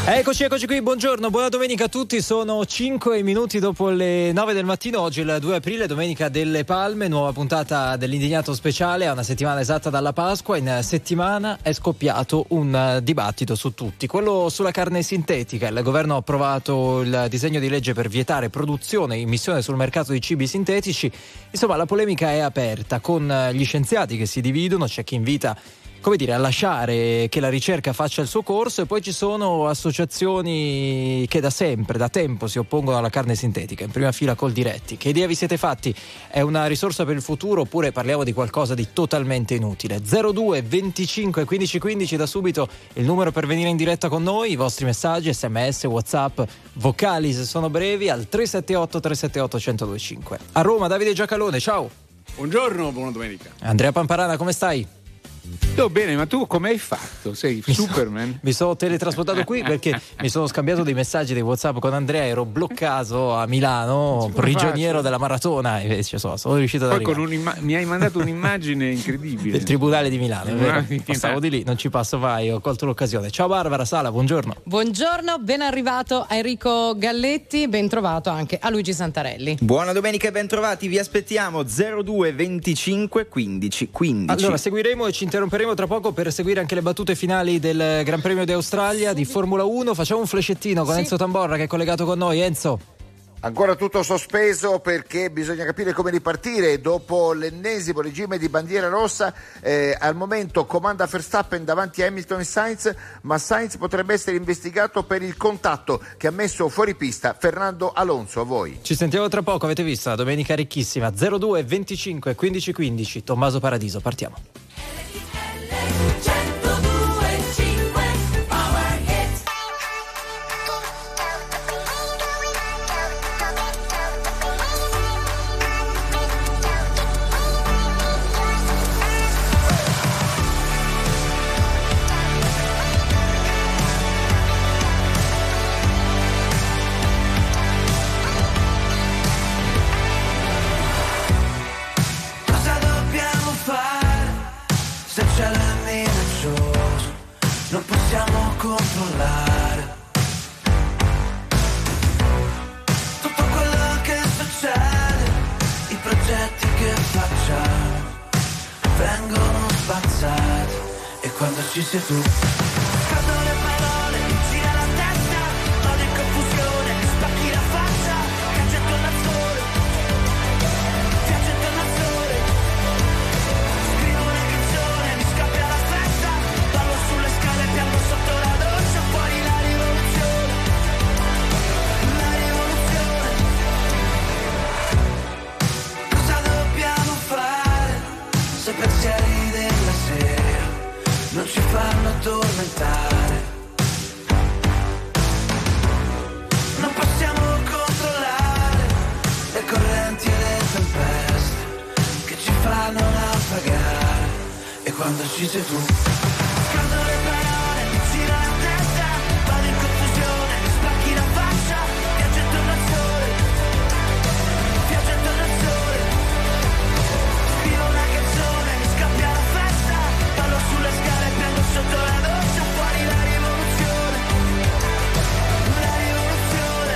Eccoci qui, buongiorno, buona domenica a tutti, sono 5 minuti dopo le 9 del mattino, oggi è il 2 aprile, domenica delle Palme, nuova puntata dell'Indignato Speciale, a una settimana esatta dalla Pasqua. In settimana è scoppiato un dibattito su tutti, quello sulla carne sintetica. Il governo ha approvato il disegno di legge per vietare produzione e immissione sul mercato di cibi sintetici, insomma la polemica è aperta, con gli scienziati che si dividono, c'è chi invita a lasciare che la ricerca faccia il suo corso, e poi ci sono associazioni che da tempo si oppongono alla carne sintetica, in prima fila Coldiretti. Che idea vi siete fatti? È una risorsa per il futuro oppure parliamo di qualcosa di totalmente inutile? 02 25 15 15 da subito il numero per venire in diretta con noi, i vostri messaggi, sms, whatsapp, vocali se sono brevi al 378 378 1025. A Roma Davide Giacalone, ciao. Buongiorno, buona domenica. Andrea Pamparana, come stai? Tutto bene, ma tu come hai fatto? Sei Superman? Mi sono teletrasportato qui perché mi sono scambiato dei messaggi, dei WhatsApp con Andrea, ero bloccato a Milano, prigioniero della maratona, invece sono riuscito ad arrivare. Mi hai mandato un'immagine incredibile del Tribunale di Milano, è vero? Passavo di lì, non ci passo mai, ho colto l'occasione. Ciao Barbara Sala, buongiorno. Buongiorno, ben arrivato a Enrico Galletti, ben trovato anche a Luigi Santarelli. Buona domenica e ben trovati, vi aspettiamo 02 25 15 15. Allora seguiremo e ci interromperemo tra poco per seguire anche le battute finali del Gran Premio d'Australia di Formula 1. Facciamo un flascettino con Enzo Tamborra che è collegato con noi. Enzo. Ancora tutto sospeso perché bisogna capire come ripartire dopo l'ennesimo regime di bandiera rossa. Al momento comanda Verstappen davanti a Hamilton e Sainz, ma Sainz potrebbe essere investigato per il contatto che ha messo fuori pista Fernando Alonso. A voi. Ci sentiamo tra poco, avete visto la domenica ricchissima. 02 25 15 15. Tommaso Paradiso, partiamo. Non possiamo controllare tutto quello che succede, i progetti che facciamo vengono spazzati, e quando ci sei tu scadono le parole, mi gira la testa, vado in confusione, spacchi la faccia, caccia attorno al sole, viaggio attorno al sole, scrivo una canzone, mi scappia la festa, ballo sulle scale, piango sotto la doccia, fuori la rivoluzione, la rivoluzione. Cosa dobbiamo fare se pensieri della sera non ci fanno addormentare? Non possiamo controllare le correnti e le tempeste che ci fanno naufragare, e quando ci sei tu scadono le parole, mi gira la testa, vado in confusione, mi spacchi la faccia, viaggio attorno al sole, viaggio attorno al sole, scrivo una canzone, mi scappia la festa, ballo sulle scale, piango sotto la doccia, fuori la rivoluzione, la rivoluzione,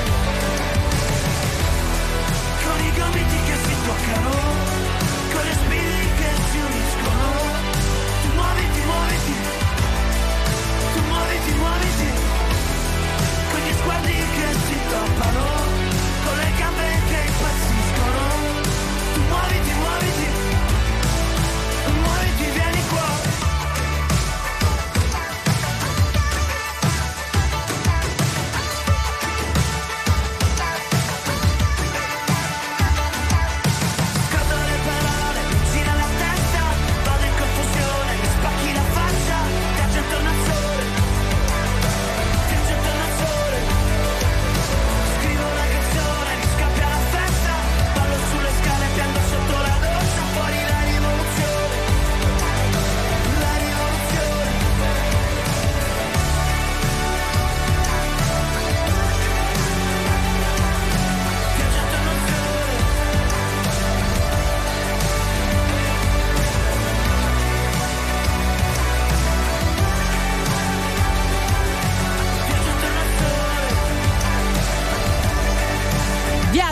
con i gomiti che si toccano, con le spine che si uniscono, tu muoviti, muoviti,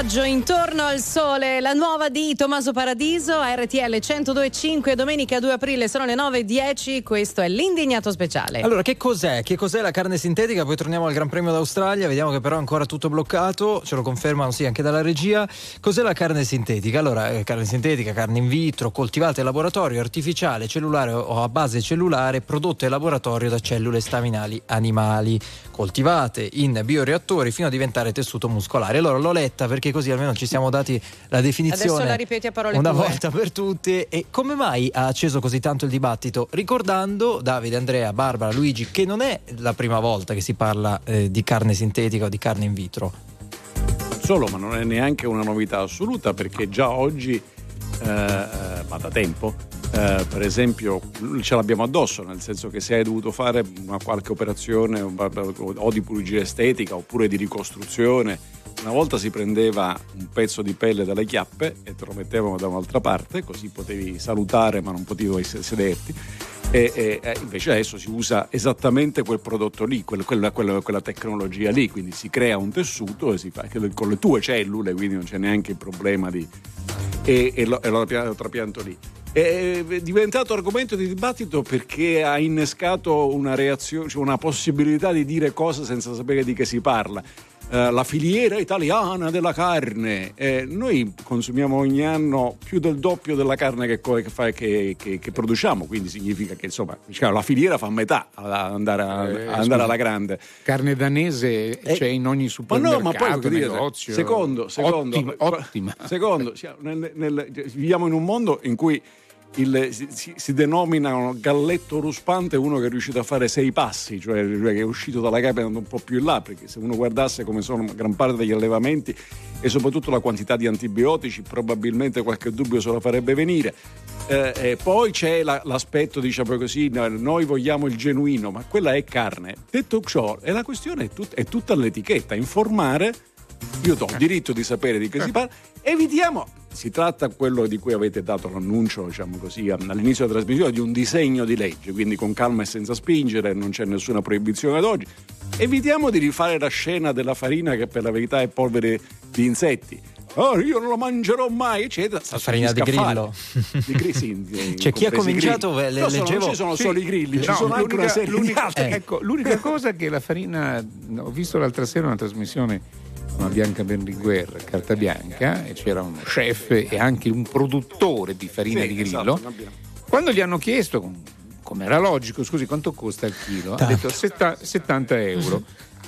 Viaggio intorno al sole, la nuova di Tommaso Paradiso a RTL 102.5, domenica 2 aprile, sono le 9:10, questo è l'Indignato Speciale. Allora, che cos'è? Che cos'è la carne sintetica? Poi torniamo al Gran Premio d'Australia, vediamo che però è ancora tutto bloccato, ce lo confermano sì anche dalla regia. Cos'è la carne sintetica? Allora, carne sintetica, carne in vitro, coltivata in laboratorio, artificiale, cellulare o a base cellulare, prodotta in laboratorio da cellule staminali animali, coltivate in bioreattori fino a diventare tessuto muscolare. Allora l'ho letta perché così almeno ci siamo dati la definizione. Adesso la ripeti a parole una tue. volta per tutte. E come mai ha acceso così tanto il dibattito? Ricordando, Davide, Andrea, Barbara, Luigi, che non è la prima volta che si parla di carne sintetica o di carne in vitro. Non solo, ma non è neanche una novità assoluta, perché già oggi, ma da tempo, per esempio ce l'abbiamo addosso, nel senso che se hai dovuto fare una qualche operazione o di puligia estetica oppure di ricostruzione, una volta si prendeva un pezzo di pelle dalle chiappe e te lo mettevano da un'altra parte, così potevi salutare ma non potevi sederti, e invece adesso si usa esattamente quel prodotto lì, quella tecnologia lì, quindi si crea un tessuto e si fa con le tue cellule, quindi non c'è neanche il problema e lo trapianto lì. È diventato argomento di dibattito perché ha innescato una reazione, cioè una possibilità di dire cose senza sapere di che si parla. La filiera italiana della carne, noi consumiamo ogni anno più del doppio della carne che produciamo, quindi significa che insomma la filiera fa metà andare alla grande. Carne danese c'è in ogni supermercato, ma poi negozio. Secondo, ottima. Secondo, viviamo in un mondo in cui si denomina galletto ruspante uno che è riuscito a fare 6 passi, cioè che è uscito dalla cappa andando un po' più in là, perché se uno guardasse come sono gran parte degli allevamenti e soprattutto la quantità di antibiotici, probabilmente qualche dubbio se lo farebbe venire. Poi c'è l'aspetto, diciamo così, noi vogliamo il genuino, ma quella è carne. Detto ciò, la questione è tutta all'etichetta, informare. Io do il diritto di sapere di che si parla, evitiamo. Si tratta, quello di cui avete dato l'annuncio, diciamo così, all'inizio della trasmissione, di un disegno di legge, quindi con calma e senza spingere, non c'è nessuna proibizione ad oggi. Evitiamo di rifare la scena della farina che per la verità è polvere di insetti. Io non la mangerò mai, eccetera. La farina di grillo. Cioè chi ha cominciato, leggevo. Non ci sono solo i grilli, ci sono anche una serie di altri. Ecco, l'unica cosa che la farina, ho visto l'altra sera una trasmissione con Bianca Berlinguer, Carta Bianca, e c'era uno chef e anche un produttore di farina di grillo. Esatto, quando gli hanno chiesto, come era logico, scusi, quanto costa il chilo? Ha detto 70 euro.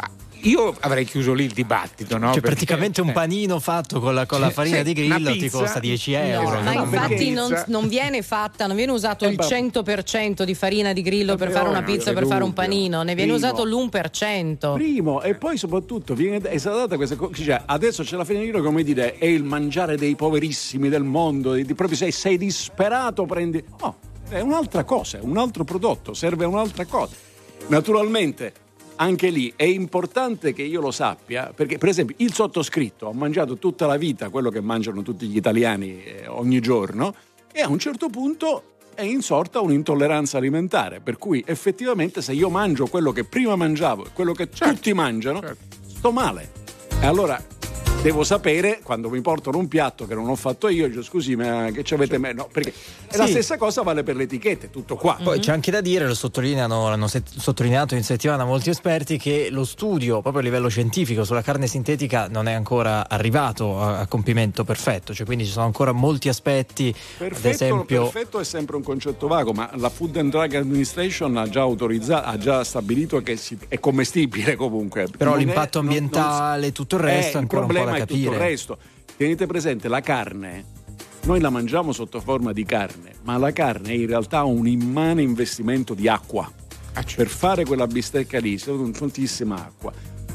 Io avrei chiuso lì il dibattito, no? Cioè, praticamente un panino fatto con la farina di grillo ti costa 10 euro. No, ma infatti non viene fatta, non viene usato il 100% di farina di grillo per fare una pizza, per fare un panino, ne viene usato l'1%. Primo, e poi soprattutto è stata data questa cosa, cioè, adesso c'è la farina di grillo, come dire, è il mangiare dei poverissimi del mondo, proprio se sei disperato prendi. No, è un'altra cosa, è un altro prodotto, serve a un'altra cosa. Naturalmente anche lì è importante che io lo sappia, perché per esempio il sottoscritto ha mangiato tutta la vita quello che mangiano tutti gli italiani ogni giorno, e a un certo punto è insorta un'intolleranza alimentare, per cui effettivamente se ci mangio quello che prima mangiavo e quello che tutti mangiano, sto male. E allora devo sapere, quando mi portano un piatto che non ho fatto io, dico scusi, ma che ci avete no, perché la stessa cosa vale per le etichette, tutto qua. Poi c'è anche da dire, l'hanno sottolineato in settimana molti esperti, che lo studio proprio a livello scientifico sulla carne sintetica non è ancora arrivato a compimento perfetto, cioè quindi ci sono ancora molti aspetti. Ad esempio, perfetto è sempre un concetto vago, ma la Food and Drug Administration ha già autorizzato, ha già stabilito che è commestibile comunque. Però l'impatto ambientale, tutto il resto è ancora un po' da capire. Tutto il resto. Tenete presente, la carne noi la mangiamo sotto forma di carne, ma la carne è in realtà un immane investimento di acqua. Per fare quella bistecca lì serve tantissima acqua.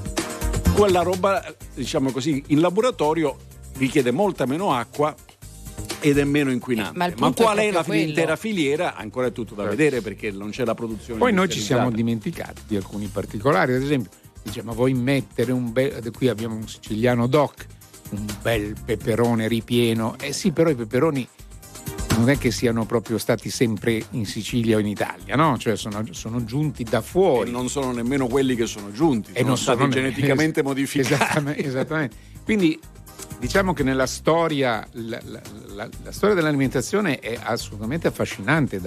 Quella roba, diciamo così, in laboratorio richiede molta meno acqua ed è meno inquinante. Ma qual è l'intera filiera? Ancora è tutto da vedere, perché non c'è la produzione. Poi noi ci siamo dimenticati di alcuni particolari, ad esempio dice, ma vuoi mettere qui abbiamo un siciliano doc, un bel peperone ripieno. Sì, però i peperoni non è che siano proprio stati sempre in Sicilia o in Italia, no? Cioè sono giunti da fuori. E non sono nemmeno quelli che sono giunti, sono stati geneticamente modificati. Esattamente. Quindi Diciamo che nella storia la storia dell'alimentazione è assolutamente affascinante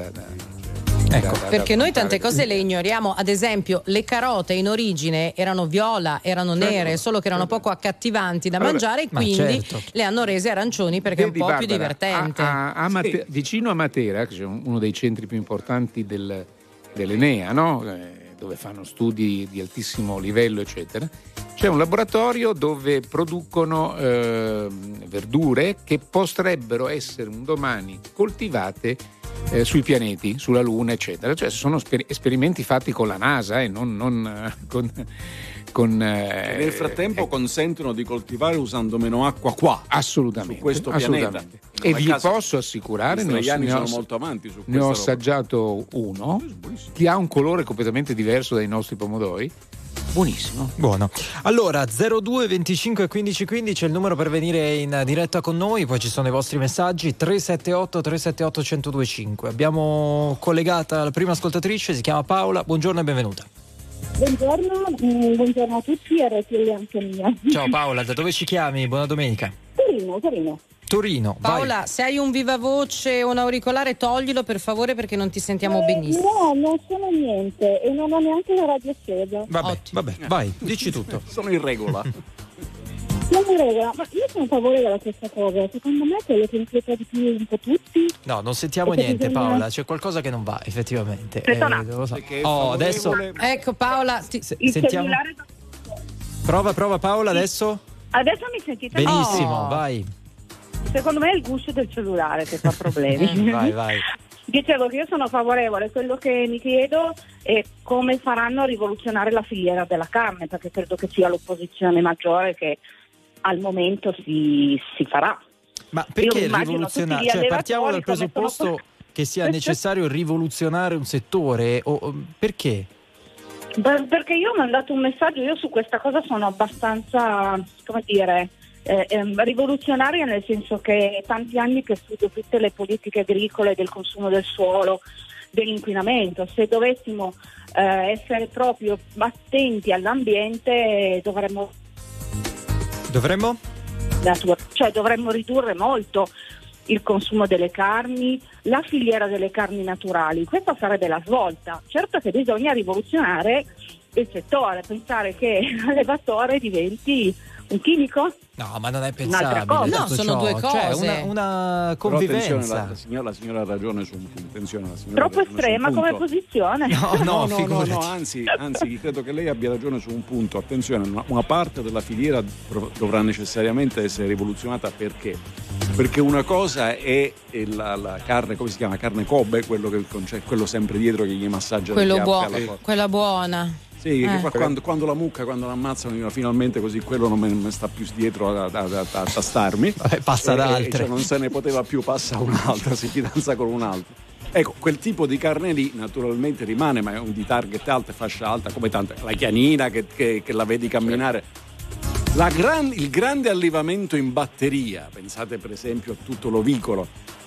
perché noi tante cose le ignoriamo. Ad esempio, le carote in origine erano viola, erano nere, solo che erano poco accattivanti da mangiare, e quindi le hanno rese arancioni perché è un po' più divertente. Vicino a Matera, che c'è uno dei centri più importanti dell'Enea, no? Dove fanno studi di altissimo livello, eccetera, c'è un laboratorio dove producono verdure che potrebbero essere un domani coltivate sui pianeti, sulla Luna, eccetera. Cioè sono esperimenti fatti con la NASA e non con nel frattempo consentono di coltivare usando meno acqua qua. Assolutamente. Su questo pianeta. E vi posso assicurare, gli israeliani sono molto avanti su questo. Ne ho assaggiato uno che ha un colore completamente diverso dai nostri pomodori. Buonissimo. Buono. Allora 02 25 15 15 è il numero per venire in diretta con noi, poi ci sono i vostri messaggi 378 378 1025. Abbiamo collegata la prima ascoltatrice, si chiama Paola. Buongiorno e benvenuta. Buongiorno a tutti e RTL anche mia. Ciao Paola, da dove ci chiami? Buona domenica. Torino. Paola, vai. se hai un viva voce o un auricolare toglilo per favore perché non ti sentiamo benissimo. No, non sono niente e non ho neanche la radio accesa. Vabbè, vai, dici tutto. Sono in regola. Non in regola, ma io sono a favore della stessa cosa. Secondo me è quello che inquieta di più un po' tutti. No, non sentiamo niente Paola, c'è qualcosa che non va effettivamente. Lo so. Adesso ecco Paola, sentiamo. Prova Paola adesso. Adesso mi sentite? Benissimo, vai. Secondo me è il guscio del cellulare che fa problemi. Vai. Dicevo che io sono favorevole, quello che mi chiedo è come faranno a rivoluzionare la filiera della carne, perché credo che sia l'opposizione maggiore che al momento si farà. Ma perché rivoluzionare? Cioè, partiamo dal presupposto che sia necessario rivoluzionare un settore o perché? Perché io ho mandato un messaggio, io su questa cosa sono abbastanza, come dire, rivoluzionaria, nel senso che è tanti anni che studio tutte le politiche agricole del consumo del suolo, dell'inquinamento. Se dovessimo essere proprio attenti all'ambiente dovremmo ridurre molto il consumo delle carni, la filiera delle carni naturali. Questa sarebbe la svolta. Certo che bisogna rivoluzionare il settore, pensare che l'allevatore diventi un chimico? No, ma non è pensabile. No, sono due cose. Cioè, una convivenza. La signora ha ragione su un punto. Attenzione, troppo estrema come posizione. No, anzi, credo che lei abbia ragione su un punto. Attenzione, una parte della filiera dovrà necessariamente essere rivoluzionata. Perché una cosa è la carne, come si chiama? Carne Kobe, quello sempre dietro che gli massaggia quella buona. Sì, quando la mucca, quando l'ammazzano finalmente così, quello non mi sta più dietro a tastarmi. Passa ad altre. Cioè non se ne poteva più, passa un'altra, si fidanza con un altro. Ecco, quel tipo di carne lì naturalmente rimane, ma è un di target alta, fascia alta, come tante. La chianina che la vedi camminare. Il grande allevamento in batteria, pensate per esempio a tutto l'ovicolo.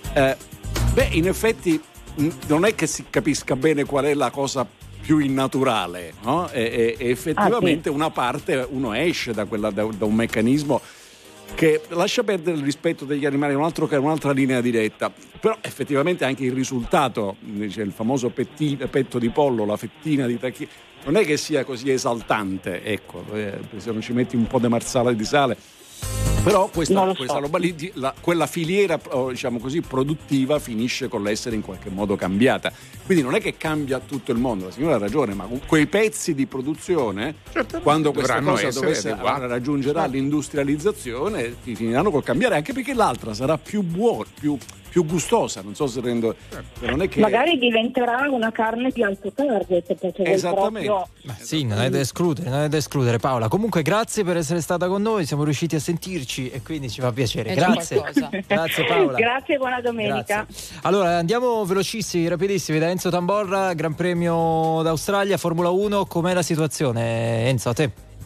In effetti non è che si capisca bene qual è la cosa più innaturale, no? E effettivamente una parte uno esce da un meccanismo che lascia perdere il rispetto degli animali, un'altra linea diretta, però effettivamente anche il risultato, il famoso petto di pollo, la fettina di tacchino, non è che sia così esaltante, ecco, se non ci metti un po' di marsala di sale. Però questa roba lì, quella filiera, diciamo così, produttiva finisce con l'essere in qualche modo cambiata. Quindi non è che cambia tutto il mondo, la signora ha ragione, ma quei pezzi di produzione, quando questa cosa raggiungerà l'industrializzazione, finiranno col cambiare, anche perché l'altra sarà più buona, più gustosa, non so se rendo. Non è che magari diventerà una carne di alto target, perché esattamente. Sì, non è da escludere Paola. Comunque grazie per essere stata con noi, siamo riusciti a sentirci e quindi ci fa piacere. Grazie Paola. Grazie, buona domenica. Grazie. Allora andiamo velocissimi, rapidissimi, da Enzo Tamborra, Gran Premio d'Australia, Formula 1, com'è la situazione? Enzo, a te.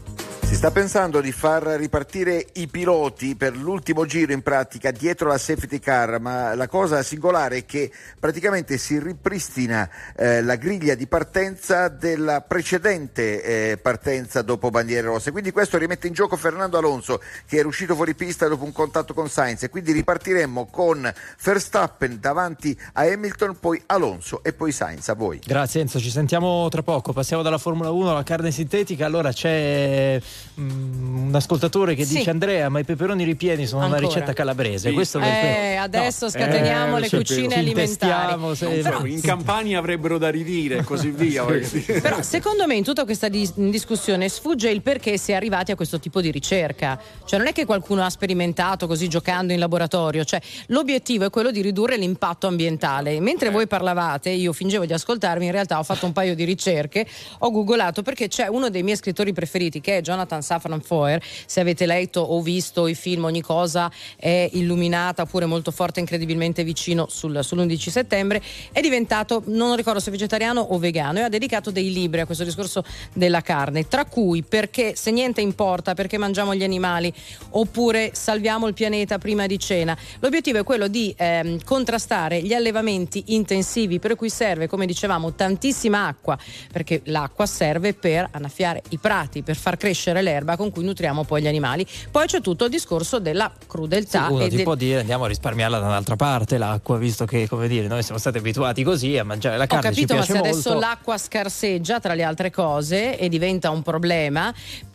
Si sta pensando di far ripartire i piloti per l'ultimo giro in pratica dietro la safety car, ma la cosa singolare è che praticamente si ripristina la griglia di partenza della precedente partenza dopo bandiere rosse, quindi questo rimette in gioco Fernando Alonso, che era uscito fuori pista dopo un contatto con Sainz, e quindi ripartiremmo con Verstappen davanti a Hamilton, poi Alonso e poi Sainz. A voi. Grazie Enzo, ci sentiamo tra poco. Passiamo dalla Formula 1 alla carne sintetica. Allora c'è un ascoltatore che dice: Andrea, ma i peperoni ripieni sono una ricetta calabrese. Questo adesso scateniamo le cucine alimentari. Però in Campania avrebbero da ridire e così via. Però secondo me in tutta questa discussione sfugge il perché si è arrivati a questo tipo di ricerca. Cioè non è che qualcuno ha sperimentato così giocando in laboratorio, cioè l'obiettivo è quello di ridurre l'impatto ambientale. Mentre voi parlavate, io fingevo di ascoltarmi, in realtà ho fatto un paio di ricerche, ho googolato, perché c'è uno dei miei scrittori preferiti che è Jonathan Safran Foer. Se avete letto o visto i film, ogni cosa è illuminata, pure molto forte, incredibilmente vicino sull'11 settembre, è diventato, non ricordo se vegetariano o vegano, e ha dedicato dei libri a questo discorso della carne, tra cui Perché se niente importa, perché mangiamo gli animali, oppure Salviamo il pianeta prima di cena. L'obiettivo è quello di contrastare gli allevamenti intensivi, per cui serve, come dicevamo, tantissima acqua, perché l'acqua serve per annaffiare i prati, per far crescere l'erba con cui nutriamo poi gli animali. Poi c'è tutto il discorso della crudeltà. Sì, uno ti può dire andiamo a risparmiarla da un'altra parte l'acqua, visto che, come dire, noi siamo stati abituati così a mangiare la carne. Ho capito, ci ma piace se molto. adesso l'acqua scarseggia, tra le altre cose, e diventa un problema,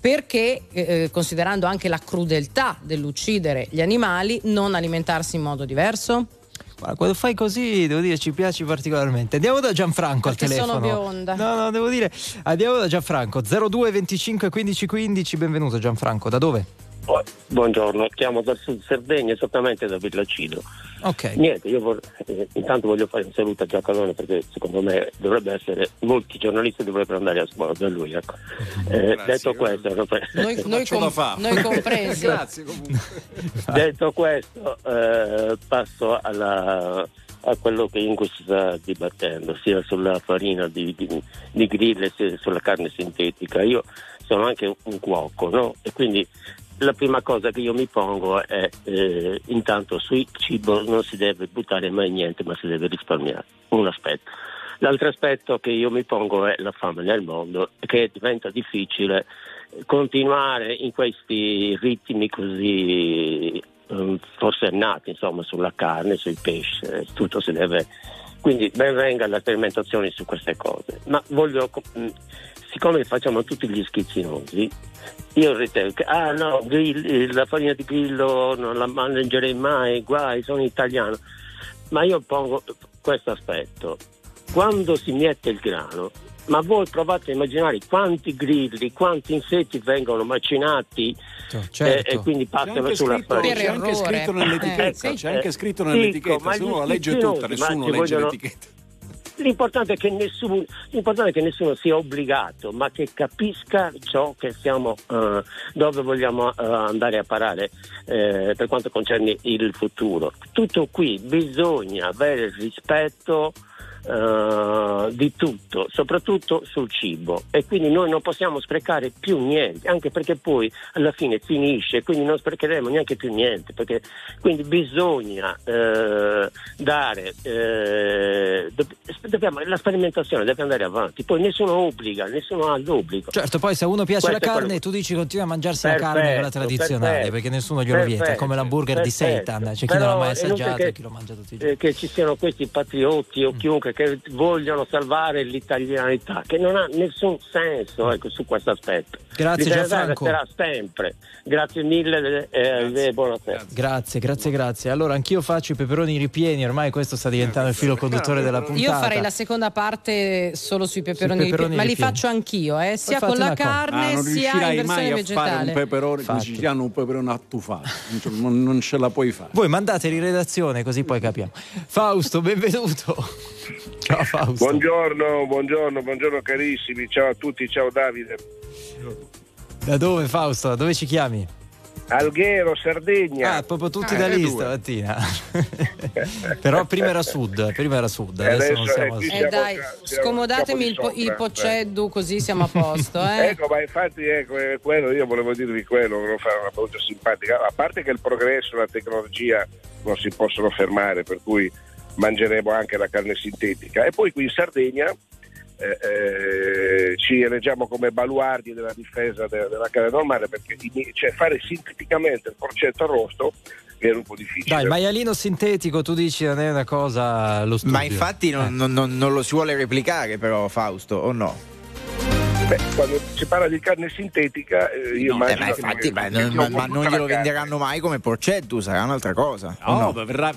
perché considerando anche la crudeltà dell'uccidere gli animali, non alimentarsi in modo diverso? Guarda, quando fai così, devo dire, ci piaci particolarmente. Andiamo da Gianfranco perché al telefono. Sono bionda. No, devo dire, andiamo da Gianfranco. 02 25 15 15. Benvenuto Gianfranco, da dove? Buongiorno, chiamo dal Sud Sardegna, esattamente da Villacido. Ok. Niente, io intanto voglio fare un saluto a Giacalone, perché secondo me dovrebbe essere, molti giornalisti dovrebbero andare a scuola da lui, ecco. Detto questo, noi compresi. Grazie comunque. Detto questo, passo a quello che in cui si sta dibattendo, sia sulla farina di grill sia sulla carne sintetica. Io sono anche un cuoco, no? E quindi la prima cosa che io mi pongo è intanto sul cibo non si deve buttare mai niente, ma si deve risparmiare. Un aspetto. L'altro aspetto che io mi pongo è la fame nel mondo, che diventa difficile continuare in questi ritmi così forsennati, insomma, sulla carne, sui pesci, tutto si deve. Quindi ben venga la sperimentazione su queste cose, ma siccome facciamo tutti gli schizzinosi, io ritengo che la farina di grillo non la mangerei mai, guai, sono italiano. Ma io pongo questo aspetto: quando si miette il grano, ma voi provate a immaginare quanti grilli, quanti insetti vengono macinati, certo. E quindi passano sulla farina. C'è anche scritto nell'etichetta, c'è anche scritto nell'etichetta, se uno la legge tutta, nessuno legge l'etichetta. L'importante è che nessuno sia obbligato, ma che capisca ciò che stiamo, dove vogliamo andare a parare per quanto concerne il futuro. Tutto qui bisogna avere il rispetto di tutto, soprattutto sul cibo, e quindi noi non possiamo sprecare più niente, anche perché poi alla fine finisce, quindi non sprecheremo neanche più niente, perché quindi bisogna dare la sperimentazione deve andare avanti, poi nessuno obbliga, nessuno ha l'obbligo. Certo, poi se a uno piace la carne, tu dici continua a mangiarsi la carne, quella tradizionale, perché nessuno glielo vieta, come l'hamburger di seitan, c'è chi non l'ha mai assaggiato e chi lo mangia tutti i giorni. Che ci siano questi patriotti o chiunque che vogliono salvare l'italianità, che non ha nessun senso, ecco, su questo aspetto. Grazie Gianfranco. Resterà sempre. Grazie mille e buonasera. Grazie. Allora anch'io faccio i peperoni ripieni, ormai questo sta diventando il filo conduttore della puntata. Io farei la seconda parte solo sui peperoni ripieni, ma li faccio anch'io, sia con la carne sia in versione vegetale. Fare un peperone, come si chiama, un peperone attufato, non ce la puoi fare. Voi mandateli in redazione così poi capiamo. Fausto, benvenuto. Ciao Fausto. Buongiorno carissimi, ciao a tutti, ciao Davide. Da dove Fausto? Da dove ci chiami? Alghero, Sardegna. Proprio tutti da lì stamattina. Però prima era sud, adesso non siamo a sud. Dai, scomodatemi il Pocceddu, così siamo a posto. Ecco, ma infatti quello, io volevo dirvi quello, volevo fare una battuta simpatica. A parte che il progresso e la tecnologia non si possono fermare, per cui mangeremo anche la carne sintetica. E poi qui in Sardegna ci eleggiamo come baluardi della difesa della carne normale, perché fare sinteticamente il porcetto arrosto era un po' difficile. Dai, il maialino sintetico tu dici non è una cosa lo studio. Ma infatti non lo si vuole replicare però, Fausto, o no? Quando si parla di carne sintetica io immagino ma non glielo venderanno mai come porcetto, sarà un'altra cosa. No, verrà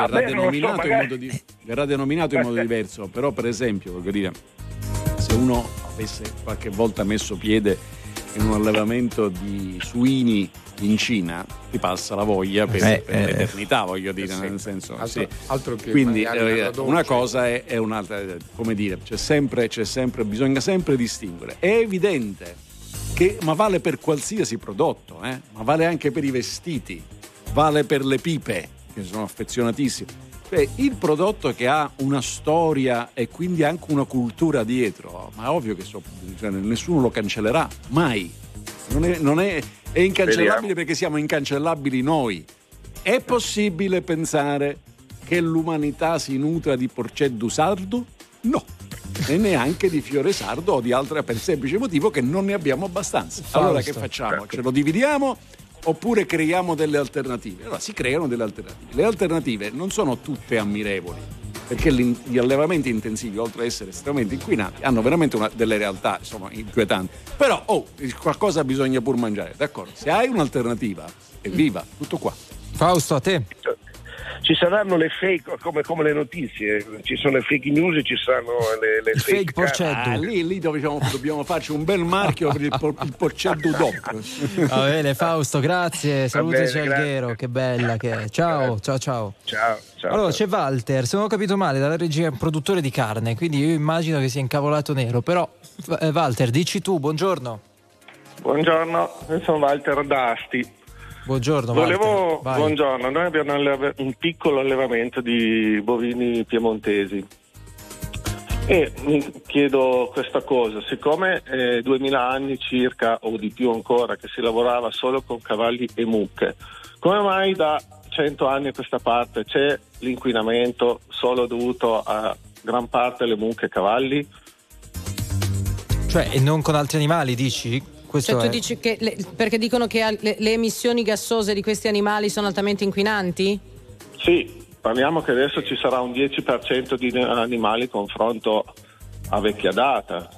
denominato in modo diverso, però per esempio voglio dire, se uno avesse qualche volta messo piede in un allevamento di suini in Cina, ti passa la voglia per l'eternità, voglio dire, nel senso altro che quindi una cosa è un'altra, come dire, c'è sempre bisogna sempre distinguere. È evidente che ma vale per qualsiasi prodotto, ma vale anche per i vestiti, vale per le pipe, che sono affezionatissime. Il prodotto che ha una storia e quindi anche una cultura dietro, ma è ovvio che nessuno lo cancellerà mai. È incancellabile perché siamo incancellabili noi. È possibile pensare che l'umanità si nutra di porceddu sardo? No, e neanche di fiore sardo o di altre, per il semplice motivo che non ne abbiamo abbastanza. Allora che facciamo? Ce lo dividiamo oppure creiamo delle alternative? Allora si creano delle alternative. Le alternative non sono tutte ammirevoli, perché gli allevamenti intensivi, oltre ad essere estremamente inquinanti, hanno veramente delle realtà inquietanti. Però qualcosa bisogna pur mangiare, d'accordo? Se hai un'alternativa, evviva, tutto qua. Fausto, a te. Ci saranno le fake, come le notizie, ci sono le fake news e ci saranno le fake porcetto. Lì dobbiamo farci un bel marchio per il porcetto dopo. Va bene, Fausto, grazie. Salutaci Alghero, che bella che è. Ciao. Allora c'è Walter, se non ho capito male, dalla regia, produttore di carne, quindi io immagino che sia incavolato nero, però Walter, dici tu, buongiorno. Buongiorno, io sono Walter da Asti. Buongiorno. Buongiorno, noi abbiamo un piccolo allevamento di bovini piemontesi e mi chiedo questa cosa: siccome 2000 anni circa o di più ancora che si lavorava solo con cavalli e mucche, come mai da 100 anni a questa parte c'è l'inquinamento solo dovuto a gran parte alle mucche e cavalli? Cioè, e non con altri animali, dici? Cioè tu dici che perché dicono che le emissioni gassose di questi animali sono altamente inquinanti? Sì, parliamo che adesso ci sarà un 10% di animali confronto a vecchia data.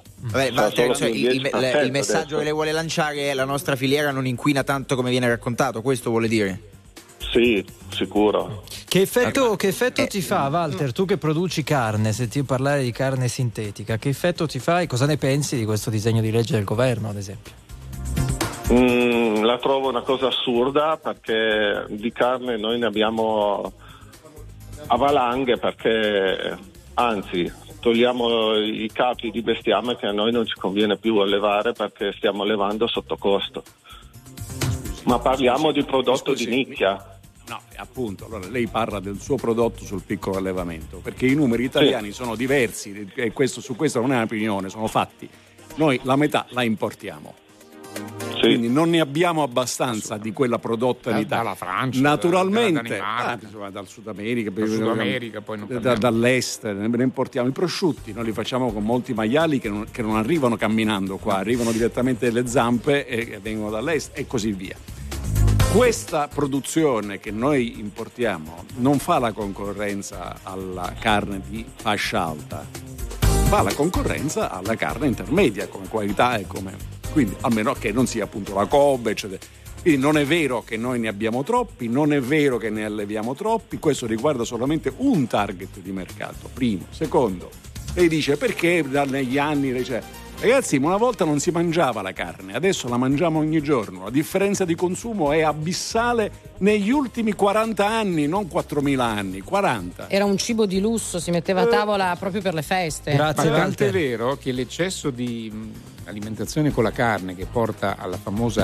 Il messaggio che lei vuole lanciare è: la nostra filiera non inquina tanto come viene raccontato, questo vuole dire? Sì, sicuro. Che effetto ti fa, Walter, tu che produci carne, senti parlare di carne sintetica, che effetto ti fa e cosa ne pensi di questo disegno di legge del governo, ad esempio? La trovo una cosa assurda, perché di carne noi ne abbiamo a valanghe, perché anzi togliamo i capi di bestiame che a noi non ci conviene più allevare perché stiamo allevando sotto costo. Ma parliamo di prodotto di nicchia. No, appunto, allora lei parla del suo prodotto sul piccolo allevamento, perché i numeri italiani sono diversi e su questo non è un'opinione, sono fatti. Noi la metà la importiamo. Quindi non ne abbiamo abbastanza di quella prodotta in Italia. Dalla Francia, naturalmente, dal Sud America, poi dall'est ne importiamo. I prosciutti noi li facciamo con molti maiali che non arrivano camminando qua, arrivano direttamente dalle zampe e vengono dall'est e così via. Questa produzione che noi importiamo non fa la concorrenza alla carne di fascia alta, fa la concorrenza alla carne intermedia come qualità e come... Quindi, almeno che non sia appunto la Cobb, eccetera. Quindi non è vero che noi ne abbiamo troppi, non è vero che ne alleviamo troppi, questo riguarda solamente un target di mercato, primo. Secondo, lei dice perché negli anni... Ragazzi, una volta non si mangiava la carne, adesso la mangiamo ogni giorno, la differenza di consumo è abissale negli ultimi 40 anni, non 4.000 anni, 40. Era un cibo di lusso, si metteva a tavola proprio per le feste. Grazie. Ma tanto è vero che l'eccesso di alimentazione con la carne che porta alla famosa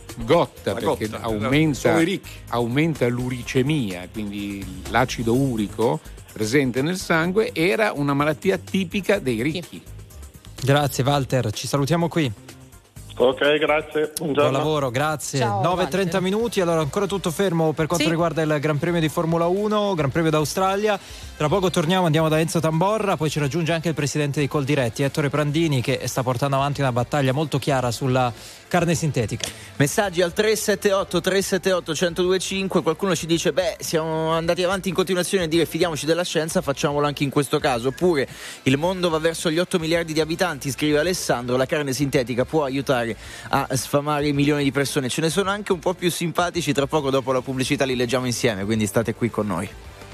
gotta, perché aumenta l'uricemia, quindi l'acido urico presente nel sangue, era una malattia tipica dei ricchi. Grazie Walter, ci salutiamo qui. Ok, grazie. Buon lavoro, grazie. 9:30 minuti, allora ancora tutto fermo per quanto riguarda il Gran Premio di Formula 1, Gran Premio d'Australia. Tra poco torniamo, andiamo da Enzo Tamborra, poi ci raggiunge anche il presidente di Coldiretti, Ettore Prandini, che sta portando avanti una battaglia molto chiara sulla carne sintetica. Messaggi al 378-1025, qualcuno ci dice siamo andati avanti in continuazione a dire fidiamoci della scienza, facciamolo anche in questo caso. Oppure il mondo va verso gli 8 miliardi di abitanti, scrive Alessandro, la carne sintetica può aiutare a sfamare milioni di persone. Ce ne sono anche un po' più simpatici, tra poco dopo la pubblicità li leggiamo insieme, quindi state qui con noi.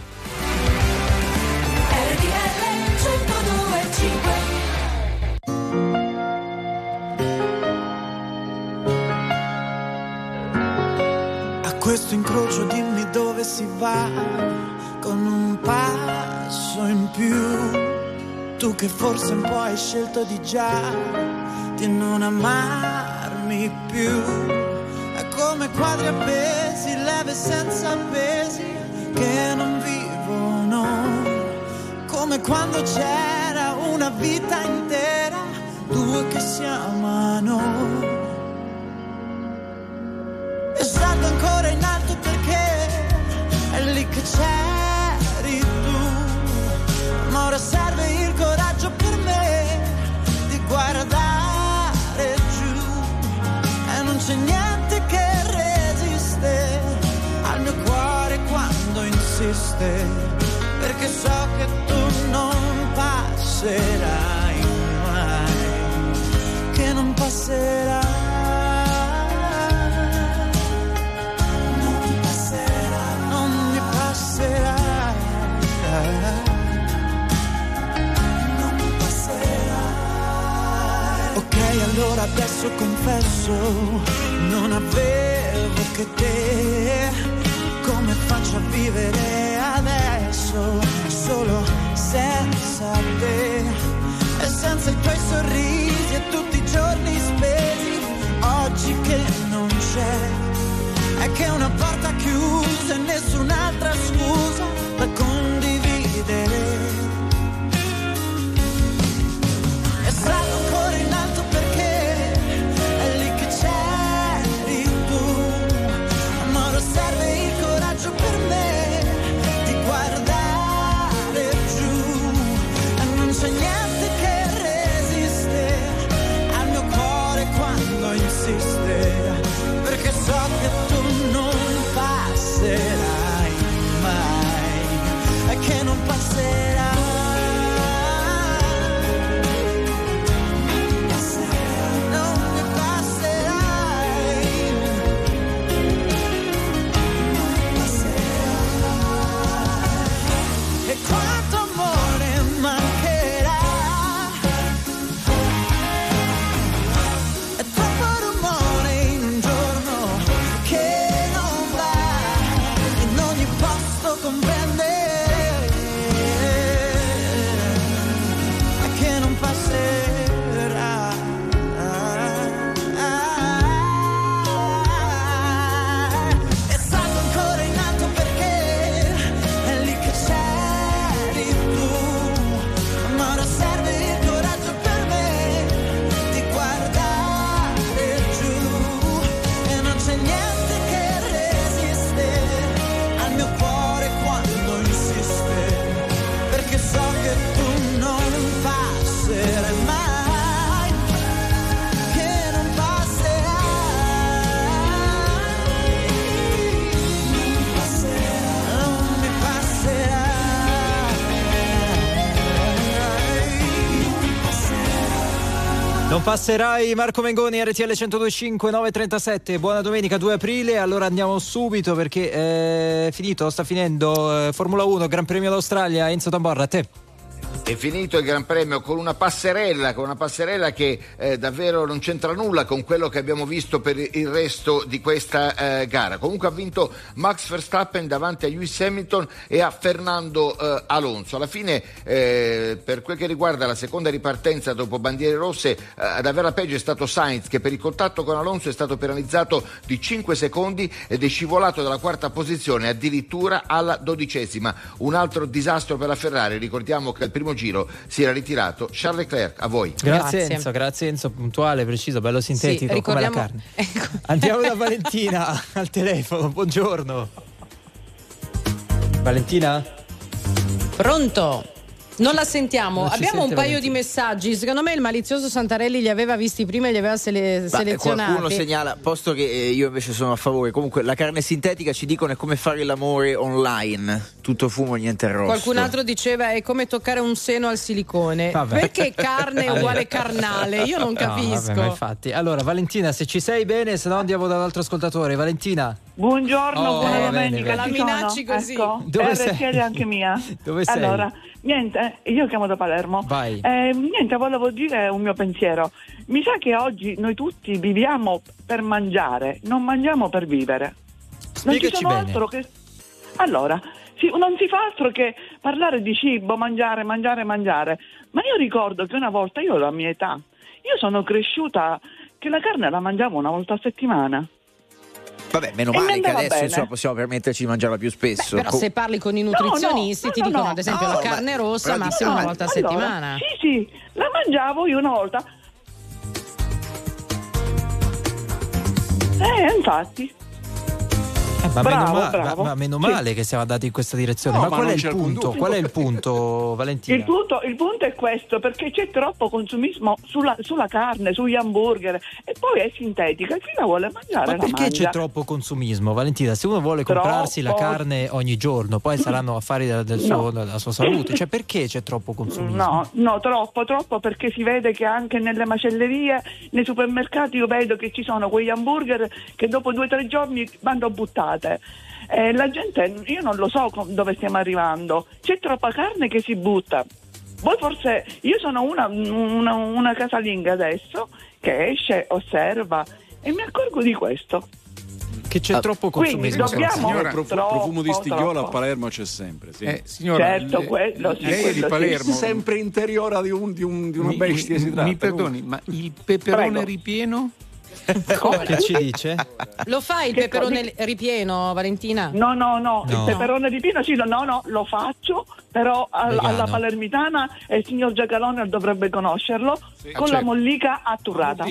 Questo incrocio dimmi dove si va, con un passo in più. Tu che forse un po' hai scelto di non amarmi più. È come quadri appesi, leve senza pesi, che non vivono. Come quando c'era una vita intera, due che si amano. E salgo ancora in alto perché è lì che c'eri tu. Ma ora serve il coraggio per me di guardare giù. E non c'è niente che resiste al mio cuore quando insiste, perché so che tu non passerai mai, che non passerai. Ok, allora adesso confesso, non avevo che te. Come faccio a vivere adesso, solo senza te? E senza i tuoi sorrisi e tutti i giorni spesi, oggi che non c'è, è che una porta chiusa e nessun'altra scusa da condividere. E salgo ancora in alto perché è lì che c'eri tu. Ma ora serve il coraggio per me di guardare giù. E non c'è niente che resiste al mio cuore quando insiste, perché so che tu non passerai mai, e che non passerai. Non mi passerai. Non passerai. E quanto amore mancherà. È troppo rumore in un giorno che non va in ogni posto comprendere, e che non passerà. E salgo ancora in alto perché è lì che c'eri tu. Ma ora serve il coraggio per me di guardare giù. E non c'è niente che resiste al mio cuore quando insiste, perché so che tu non passerai mai, che non passerai. Non passerai, non mi passerai. Non passerai. Non passerai. Marco Mengoni, RTL 102.5, 9:37. Buona domenica, 2 aprile. Allora andiamo subito perché è finito, sta finendo Formula 1, Gran Premio d'Australia. Enzo Tamborra, a te. È finito il Gran Premio con una passerella che davvero non c'entra nulla con quello che abbiamo visto per il resto di questa gara. Comunque ha vinto Max Verstappen davanti a Lewis Hamilton e a Fernando Alonso. Alla fine, per quel che riguarda la seconda ripartenza dopo bandiere rosse, ad averla peggio è stato Sainz, che per il contatto con Alonso è stato penalizzato di 5 secondi ed è scivolato dalla quarta posizione addirittura alla 12ª. Un altro disastro per la Ferrari. Ricordiamo che al primo giro si era ritirato Charles Leclerc. A voi. Grazie Enzo, puntuale, preciso, bello sintetico, sì, come la carne. Andiamo da Valentina al telefono. Buongiorno Valentina. Pronto? Non la sentiamo. Non abbiamo un paio Valentina di messaggi. Secondo me il malizioso Santarelli li aveva visti prima e li aveva selezionati. Qualcuno segnala, posto che io invece sono a favore. Comunque la carne sintetica, ci dicono, è come fare l'amore online, tutto fumo niente rosso. Qualcun altro diceva è come toccare un seno al silicone. Vabbè. Perché carne è uguale carnale? Io non capisco. Vabbè, ma infatti. Allora Valentina, se ci sei bene, se no andiamo dall'altro ascoltatore. Valentina. Buongiorno, buona domenica. La minacci così. Ecco, Dove sei? RTL anche mia. Dove sei? Allora, niente, io chiamo da Palermo. Vai. Niente, volevo dire un mio pensiero. Mi sa che oggi noi tutti viviamo per mangiare, non mangiamo per vivere. Non ci Spiegaci sono bene. altro che... Allora, non si fa altro che parlare di cibo, mangiare. Ma io ricordo che una volta, io alla mia età, io sono cresciuta che la carne la mangiavo una volta a settimana. Vabbè, meno male che adesso possiamo permetterci di mangiarla più spesso. Però se parli con i nutrizionisti ti dicono ad esempio la carne rossa massimo una volta a settimana. Sì, la mangiavo io una volta. Infatti. Ma meno male che siamo andati in questa direzione. Ma qual è il punto? Qual è il punto, Valentina? Il punto è questo, perché c'è troppo consumismo sulla carne, sugli hamburger, e poi è sintetica, chi la vuole mangiare Ma perché c'è troppo consumismo, Valentina? Se uno vuole comprarsi la carne ogni giorno, poi saranno affari della sua salute. Cioè, perché c'è troppo consumismo? No, troppo, perché si vede che anche nelle macellerie, nei supermercati, io vedo che ci sono quegli hamburger che dopo 2 o 3 giorni vanno buttati. La gente, io non lo so dove stiamo arrivando, c'è troppa carne che si butta. Voi forse, io sono una casalinga adesso che esce, osserva e mi accorgo di questo, che c'è troppo consumismo. Signora, profumo di stigliola a Palermo c'è sempre, sì. Signora, certo, quello sì, lei è di Palermo, sempre interiora di una bestia, si tratta. Mi perdoni, ma il peperone ripieno? Che ci dice? Lo fai il peperone ripieno, Valentina? No, il peperone ripieno sì, no, lo faccio, però alla palermitana, e il signor Giacalone dovrebbe conoscerlo, con la mollica atturrata.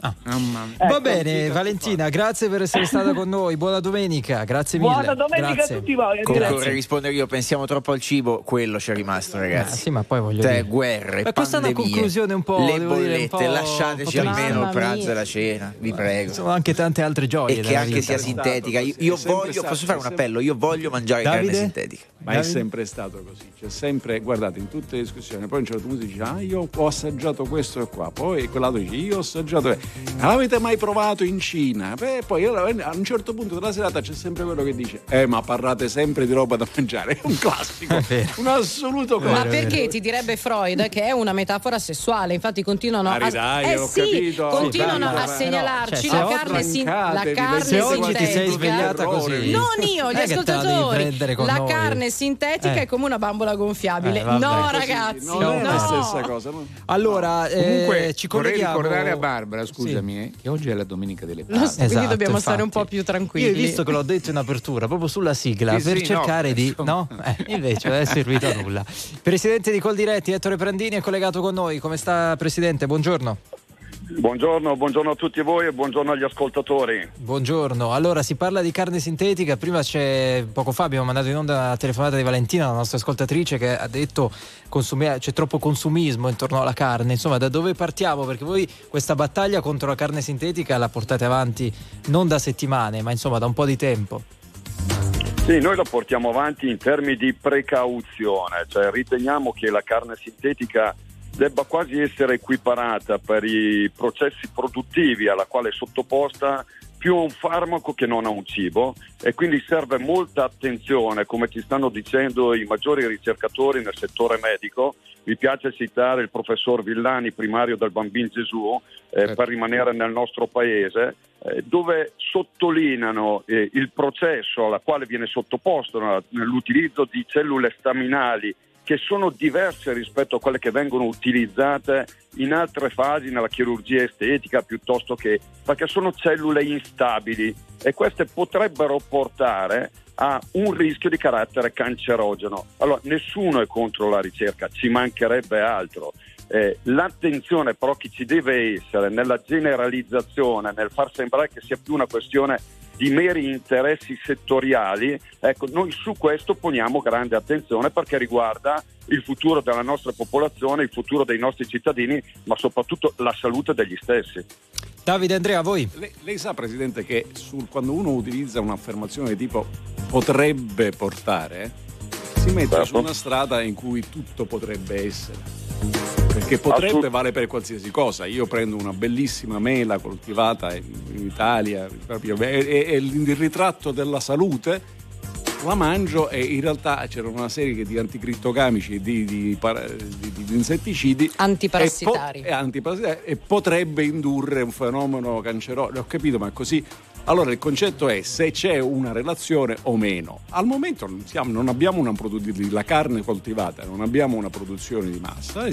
Va bene, Valentina, grazie per essere stata con noi, buona domenica, grazie mille. Buona domenica a tutti voi. Vorrei rispondere io, pensiamo troppo al cibo, quello c'è rimasto, ragazzi. Sì, ma poi voglio dire, guerre, ma questa è una conclusione un po', le bollette, lasciateci almeno il pranzo e la cena, vi prego. Sono anche tante altre gioie, e che anche sia sintetica. Io voglio, posso fare un appello, io voglio mangiare carne sintetica. Ma è sempre stato così, c'è sempre, guardate, in tutte le discussioni, poi a un certo punto dice io ho assaggiato questo e qua, poi quell'altro dice io ho assaggiato, ma l'avete mai provato in Cina? Poi a un certo punto della serata c'è sempre quello che dice ma parlate sempre di roba da mangiare, è un classico, un assoluto classico. Ma perché ti direbbe Freud che è una metafora sessuale, infatti continuano continuano a segnalarci la carne sintetica. Se oggi ti sei svegliata così, non io, gli ascoltatori, la carne sintetica è come una bambola gonfiabile. No, ragazzi, non è la stessa cosa. Allora, comunque ci vorrei colleghiamo. ricordare a Barbara, scusami, che oggi è la domenica delle Pasque. Quindi dobbiamo stare un po' più tranquilli. Io hai visto che l'ho detto in apertura, proprio sulla sigla, per cercare di... No? Invece non è servito a nulla. Presidente di Coldiretti, Ettore Prandini è collegato con noi. Come sta, Presidente? Buongiorno. Buongiorno a tutti voi e buongiorno agli ascoltatori. Buongiorno, allora si parla di carne sintetica, prima poco fa abbiamo mandato in onda la telefonata di Valentina, la nostra ascoltatrice, che ha detto c'è troppo consumismo intorno alla carne, insomma da dove partiamo? Perché voi questa battaglia contro la carne sintetica la portate avanti non da settimane ma insomma da un po' di tempo. Sì, noi la portiamo avanti in termini di precauzione, cioè riteniamo che la carne sintetica debba quasi essere equiparata per i processi produttivi alla quale è sottoposta più a un farmaco che non a un cibo, e quindi serve molta attenzione, come ci stanno dicendo i maggiori ricercatori nel settore medico. Mi piace citare il professor Villani, primario del Bambin Gesù, per rimanere nel nostro paese, dove sottolineano il processo alla quale viene sottoposto nell'utilizzo di cellule staminali che sono diverse rispetto a quelle che vengono utilizzate in altre fasi nella chirurgia estetica, piuttosto che, perché sono cellule instabili e queste potrebbero portare a un rischio di carattere cancerogeno. Allora, nessuno è contro la ricerca, ci mancherebbe altro. L'attenzione però che ci deve essere nella generalizzazione, nel far sembrare che sia più una questione di meri interessi settoriali, ecco, noi su questo poniamo grande attenzione, perché riguarda il futuro della nostra popolazione, il futuro dei nostri cittadini, ma soprattutto la salute degli stessi. Davide, Andrea, a voi. Lei sa, Presidente, che quando uno utilizza un'affermazione tipo potrebbe portare, si mette su una strada in cui tutto potrebbe essere. Perché potrebbe vale per qualsiasi cosa. Io prendo una bellissima mela coltivata in Italia, proprio, è il ritratto della salute, la mangio e in realtà c'era una serie di anticrittocamici, di insetticidi antiparassitari e potrebbe indurre un fenomeno cancerogeno. Ho capito, ma è così. Allora il concetto è se c'è una relazione o meno. Al momento non abbiamo la carne coltivata, non abbiamo una produzione di massa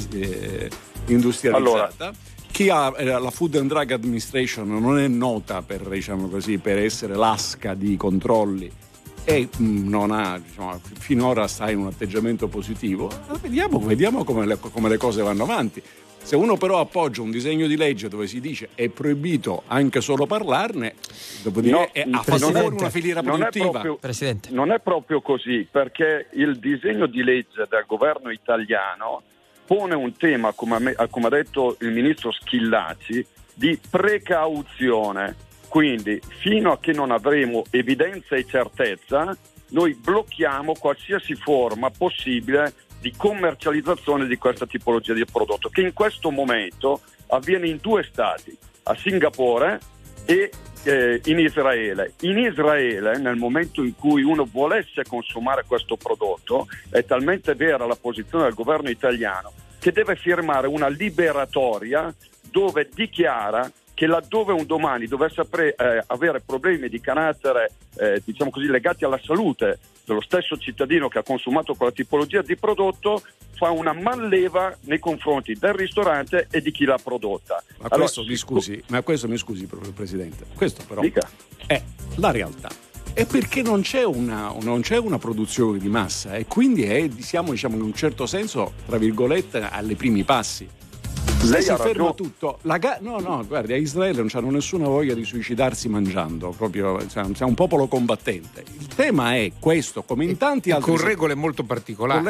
industrializzata. Chi ha la Food and Drug Administration non è nota per, diciamo così, per essere lasca di controlli e non ha, diciamo, finora sta in un atteggiamento positivo. Vediamo come le cose vanno avanti. Se uno però appoggia un disegno di legge dove si dice è proibito anche solo parlarne, dopodiché ha fatto fuori una filiera produttiva. Non è proprio così, perché il disegno di legge del governo italiano pone un tema, come ha detto il ministro Schillaci, di precauzione. Quindi fino a che non avremo evidenza e certezza, noi blocchiamo qualsiasi forma possibile di commercializzazione di questa tipologia di prodotto, che in questo momento avviene in 2 stati, a Singapore e in Israele. In Israele, nel momento in cui uno volesse consumare questo prodotto, è talmente vera la posizione del governo italiano che deve firmare una liberatoria dove dichiara che laddove un domani dovesse avere problemi di carattere, diciamo così, legati alla salute dello stesso cittadino che ha consumato quella tipologia di prodotto, fa una manleva nei confronti del ristorante e di chi l'ha prodotta. Ma questo mi scusi, proprio Presidente, questo però è la realtà. È perché non c'è una produzione di massa e quindi siamo, diciamo, in un certo senso, tra virgolette, alle primi passi. Se si ferma tutto, guardi, a Israele non hanno nessuna voglia di suicidarsi mangiando, proprio siamo un popolo combattente. Il tema è questo, come in tanti altri, con regole molto particolari,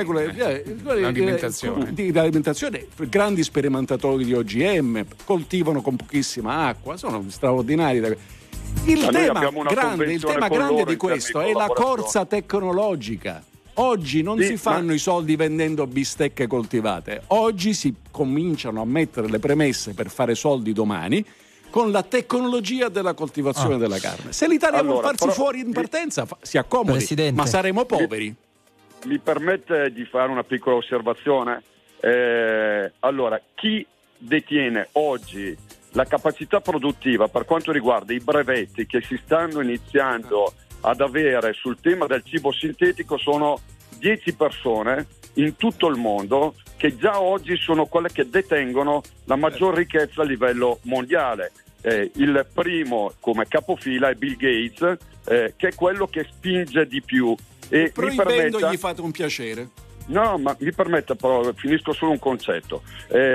l'alimentazione, grandi sperimentatori di OGM, coltivano con pochissima acqua, sono straordinari. Il tema grande di questo è la corsa tecnologica. Oggi non si fanno i soldi vendendo bistecche coltivate, oggi si cominciano a mettere le premesse per fare soldi domani con la tecnologia della coltivazione della carne. Se l'Italia vuole farsi fuori in partenza, si accomodi, Presidente, ma saremo poveri. Mi permette di fare una piccola osservazione? Allora, chi detiene oggi la capacità produttiva per quanto riguarda i brevetti che si stanno iniziando ad avere sul tema del cibo sintetico sono 10 persone in tutto il mondo che già oggi sono quelle che detengono la maggior ricchezza a livello mondiale. Il primo come capofila è Bill Gates, che è quello che spinge di più. E proibendo gli fate un piacere. No, ma mi permetta, però finisco solo un concetto.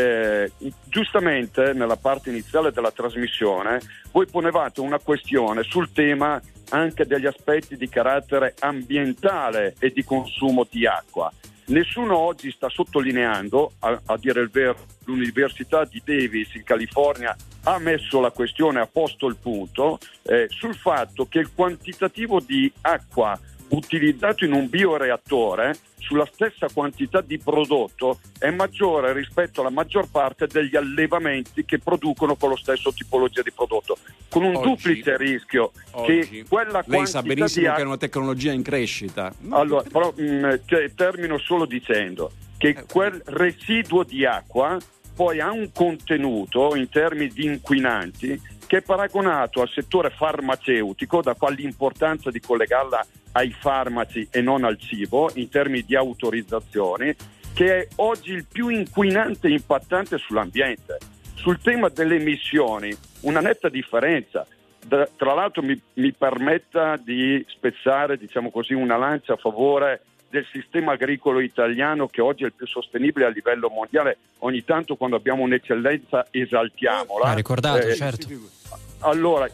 Giustamente nella parte iniziale della trasmissione voi ponevate una questione sul tema anche degli aspetti di carattere ambientale e di consumo di acqua. Nessuno oggi sta sottolineando, a dire il vero, l'Università di Davis in California ha messo la questione, ha posto il punto sul fatto che il quantitativo di acqua utilizzato in un bioreattore sulla stessa quantità di prodotto è maggiore rispetto alla maggior parte degli allevamenti che producono con lo stesso tipologia di prodotto, con un duplice rischio che quella lei sa benissimo che è una tecnologia in crescita. Allora, però, termino solo dicendo che quel residuo di acqua poi ha un contenuto in termini di inquinanti che è paragonato al settore farmaceutico, da qua l'importanza di collegarla ai farmaci e non al cibo in termini di autorizzazioni, che è oggi il più inquinante e impattante sull'ambiente. Sul tema delle emissioni, una netta differenza. Tra l'altro mi permetta di spezzare, diciamo così, una lancia a favore del sistema agricolo italiano, che oggi è il più sostenibile a livello mondiale. Ogni tanto, quando abbiamo un'eccellenza, esaltiamola. Ricordato, certo. Allora,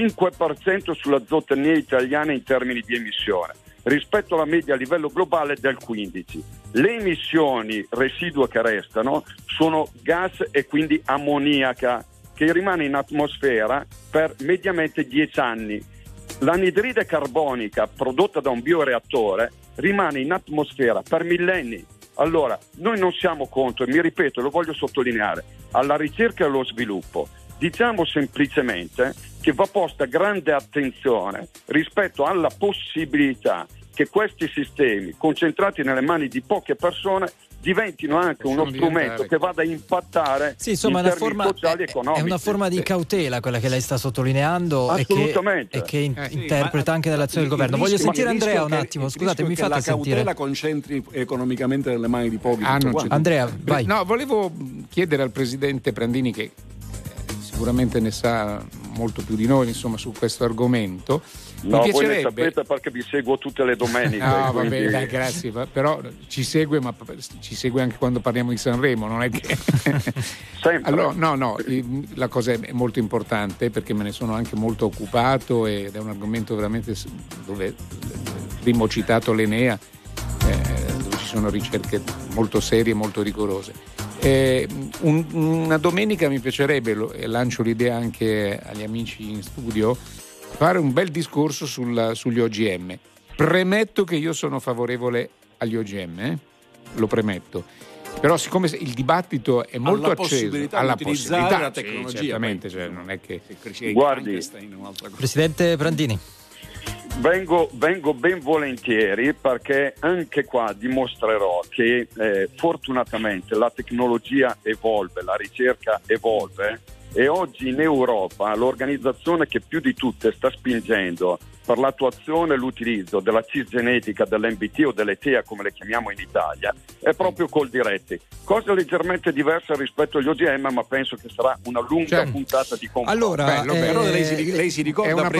5% sulla zootecnia italiana in termini di emissione, rispetto alla media a livello globale del 15%. Le emissioni residue che restano sono gas e quindi ammoniaca, che rimane in atmosfera per mediamente 10 anni. L'anidride carbonica prodotta da un bioreattore rimane in atmosfera per millenni. Allora, noi non siamo contro, e mi ripeto, lo voglio sottolineare, alla ricerca e allo sviluppo. Diciamo semplicemente che va posta grande attenzione rispetto alla possibilità che questi sistemi, concentrati nelle mani di poche persone, diventino anche uno strumento che vada a impattare in termini sociali e economici. È una forma di cautela quella che lei sta sottolineando e che interpreta anche nell'azione del governo. Voglio sentire Andrea un attimo, scusate, mi fate sentire. La cautela concentri economicamente nelle mani di pochi. Andrea, vai. No, volevo chiedere al presidente Prandini, che sicuramente ne sa molto più di noi, insomma, su questo argomento. No, voi ne sapete perché vi seguo tutte le domeniche. No, va bene, dai, grazie, però ci segue, ma ci segue anche quando parliamo di Sanremo, non è che... Allora, no, la cosa è molto importante, perché me ne sono anche molto occupato, ed è un argomento veramente dove prima ho citato l'Enea, dove ci sono ricerche molto serie e molto rigorose. Una domenica mi piacerebbe, e lancio l'idea anche agli amici in studio, fare un bel discorso sugli OGM. Premetto che io sono favorevole agli OGM, lo premetto. Però siccome il dibattito è molto acceso alla possibilità la tecnologia, certamente, cioè, non è che guardi, Presidente Prandini. Vengo ben volentieri, perché anche qua dimostrerò che fortunatamente la tecnologia evolve, la ricerca evolve, e oggi in Europa l'organizzazione che più di tutte sta spingendo per l'attuazione e l'utilizzo della cisgenetica, dell'MBT o delle TEA, come le chiamiamo in Italia, è proprio Coldiretti. Cosa leggermente diversa rispetto agli OGM, ma penso che sarà una lunga puntata di confronto. Allora, però lei si ricorda,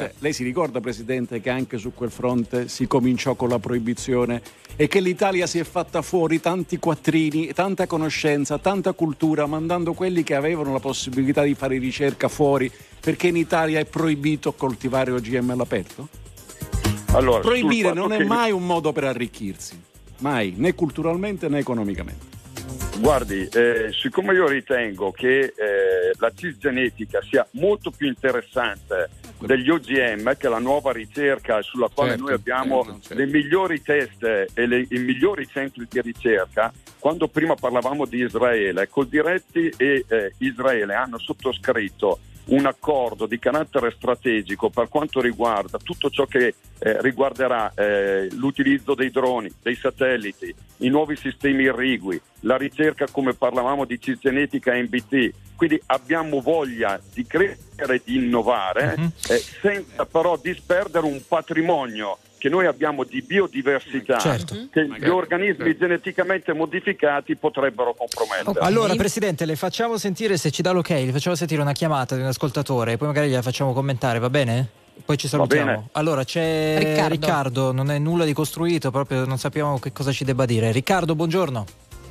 Presidente, che anche su quel fronte si cominciò con la proibizione e che l'Italia si è fatta fuori tanti quattrini, tanta conoscenza, tanta cultura, mandando quelli che avevano la possibilità di fare ricerca fuori, perché in Italia è proibito coltivare OGM all'aperto? Allora, proibire non è mai un modo per arricchirsi, mai, né culturalmente né economicamente. Guardi, siccome io ritengo che la cisgenetica sia molto più interessante degli OGM, che è la nuova ricerca sulla quale noi abbiamo le migliori test e i migliori centri di ricerca, quando prima parlavamo di Israele, Coldiretti e Israele hanno sottoscritto un accordo di carattere strategico per quanto riguarda tutto ciò che riguarderà l'utilizzo dei droni, dei satelliti, i nuovi sistemi irrigui, la ricerca, come parlavamo, di cisgenetica e MBT. Quindi abbiamo voglia di crescere, di innovare, senza però disperdere un patrimonio che noi abbiamo di biodiversità, che gli organismi geneticamente modificati potrebbero compromettere. Allora, Presidente, le facciamo sentire, se ci dà l'ok, le facciamo sentire una chiamata di un ascoltatore, poi magari gliela facciamo commentare, va bene? Poi ci salutiamo. Allora, c'è Riccardo, non è nulla di costruito, proprio non sappiamo che cosa ci debba dire. Riccardo, buongiorno.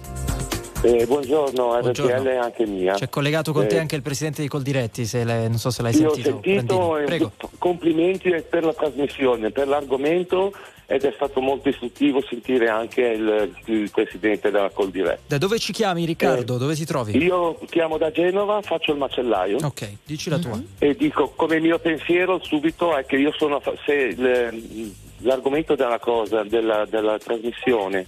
Buongiorno, RTL è anche mia. C'è collegato con te anche il presidente di Coldiretti, non so se l'hai sentito. Ho sentito, Prego. Complimenti per la trasmissione, per l'argomento, ed è stato molto istruttivo sentire anche il presidente della Coldiretti. Da dove ci chiami, Riccardo? Dove ti trovi? Io chiamo da Genova, faccio il macellaio. Ok, dici la tua. E dico, come mio pensiero subito è che io sono l'argomento della trasmissione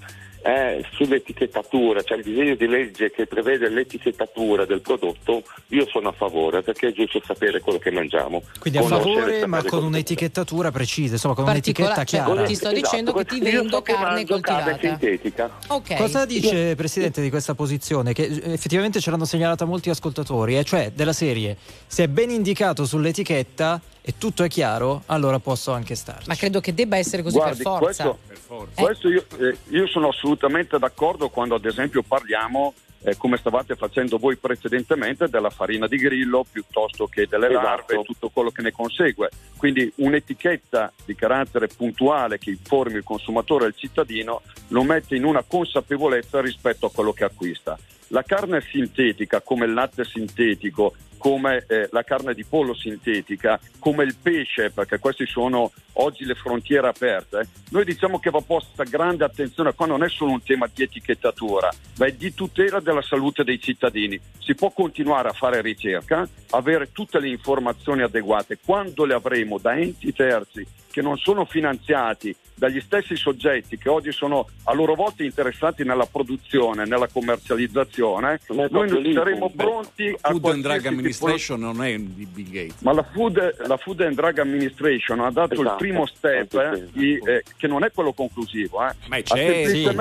è sull'etichettatura, cioè il disegno di legge che prevede l'etichettatura del prodotto, io sono a favore, perché è giusto sapere quello che mangiamo. Quindi a favore, ma con un'etichettatura precisa, insomma, con un'etichetta chiara. Ti sto dicendo che ti vendo carne coltivata. Carne sintetica. Okay. Cosa dice, Presidente, di questa posizione? Che effettivamente ce l'hanno segnalata molti ascoltatori, cioè della serie, se è ben indicato sull'etichetta e tutto è chiaro, allora posso anche starci. Ma credo che debba essere così. Guardi, per forza. Questo io sono assolutamente d'accordo quando ad esempio parliamo, come stavate facendo voi precedentemente, della farina di grillo piuttosto che delle larve e tutto quello che ne consegue. Quindi un'etichetta di carattere puntuale che informi il consumatore e il cittadino lo mette in una consapevolezza rispetto a quello che acquista. La carne sintetica, come il latte sintetico, come la carne di pollo sintetica, come il pesce, perché queste sono oggi le frontiere aperte, noi diciamo che va posta grande attenzione. Qua non è solo un tema di etichettatura, ma è di tutela della salute dei cittadini. Si può continuare a fare ricerca, avere tutte le informazioni adeguate. Quando le avremo da enti terzi che non sono finanziati dagli stessi soggetti che oggi sono a loro volta interessati nella produzione, nella commercializzazione, noi saremo pronti a Food and Drug Administration non è di Bill Gates. Ma la Food and Drug Administration ha dato il primo step che non è quello conclusivo. Ma c'è,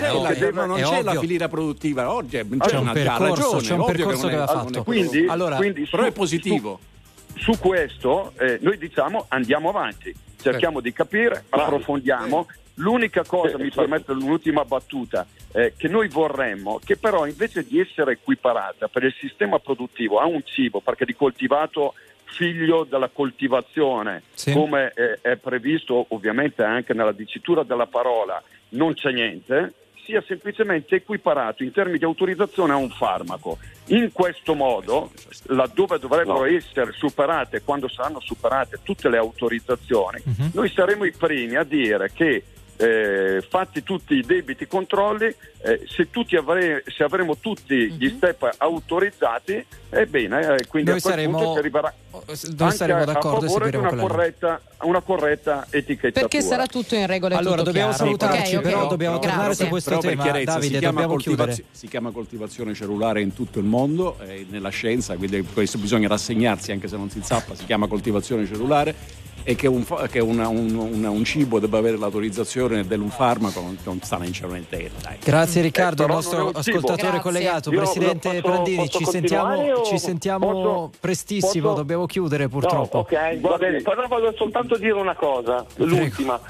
non c'è la filiera produttiva, oggi c'è un percorso che va fatto. Quindi, però è positivo. Su questo noi diciamo andiamo avanti, cerchiamo di capire, approfondiamo. L'unica cosa, mi permetto l'ultima battuta, che noi vorremmo, che però invece di essere equiparata per il sistema produttivo a un cibo, perché di coltivato figlio della coltivazione, come è previsto ovviamente anche nella dicitura della parola, non c'è niente, sia semplicemente equiparato in termini di autorizzazione a un farmaco. In questo modo, laddove dovrebbero essere superate, quando saranno superate tutte le autorizzazioni, noi saremo i primi a dire che fatti tutti i debiti controlli, se avremo tutti gli step autorizzati, ebbene, quindi noi a quel punto si arriverà saremo d'accordo a favore di una corretta etichettatura. Perché sarà tutto in regola. Allora dobbiamo salutarci, però dobbiamo tornare su questo tema. Davide, dobbiamo chiudere. Si chiama coltivazione cellulare in tutto il mondo, nella scienza, quindi questo bisogna rassegnarsi, anche se non si zappa, si chiama coltivazione cellulare. E che un cibo debba avere l'autorizzazione un farmaco non sta necessariamente. Grazie Riccardo, il nostro ascoltatore collegato. Presidente Prandini, ci sentiamo prestissimo, dobbiamo chiudere purtroppo. No, ok, va bene, però voglio soltanto dire una cosa, l'ultima.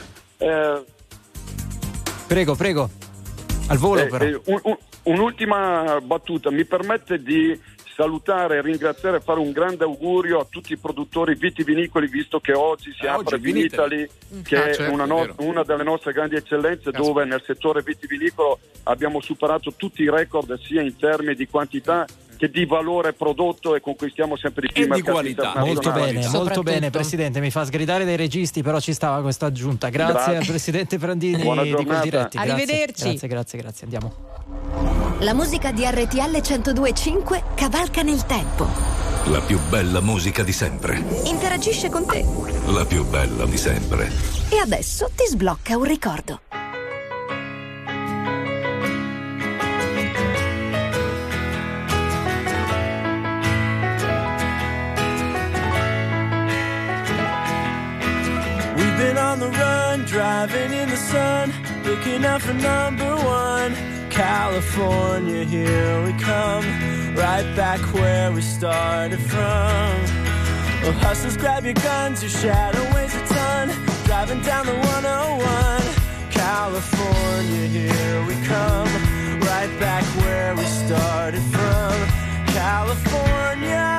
Prego, al volo però. Un'ultima battuta, mi permette di salutare e ringraziare e fare un grande augurio a tutti i produttori vitivinicoli, visto che oggi si apre Vinitaly, che è una delle nostre grandi eccellenze, dove nel settore vitivinicolo abbiamo superato tutti i record sia in termini di quantità che di valore prodotto e conquistiamo sempre di più e di qualità. Molto bene Presidente, mi fa sgridare dai registi, però ci stava questa aggiunta. Grazie al Presidente Prandini di Coldiretti. Arrivederci. Grazie, andiamo. La musica di RTL 102.5 cavalca nel tempo. La più bella musica di sempre. Interagisce con te. La più bella di sempre. E adesso ti sblocca un ricordo. We've been on the run, driving in the sun, looking out for number one. California, here we come, right back where we started from. Well, hustlers, grab your guns, your shadow weighs a ton, driving down the 101. California, here we come, right back where we started from. California.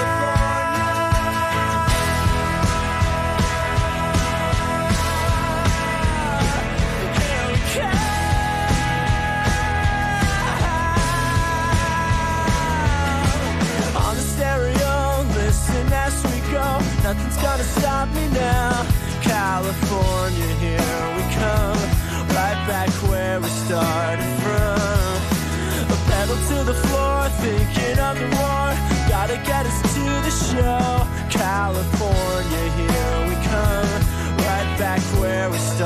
Nothing's gonna stop me now. California, here we come, right back where we started from. A pedal to the floor, thinking of the war, gotta get us to the show. California, here we come, right back where we started.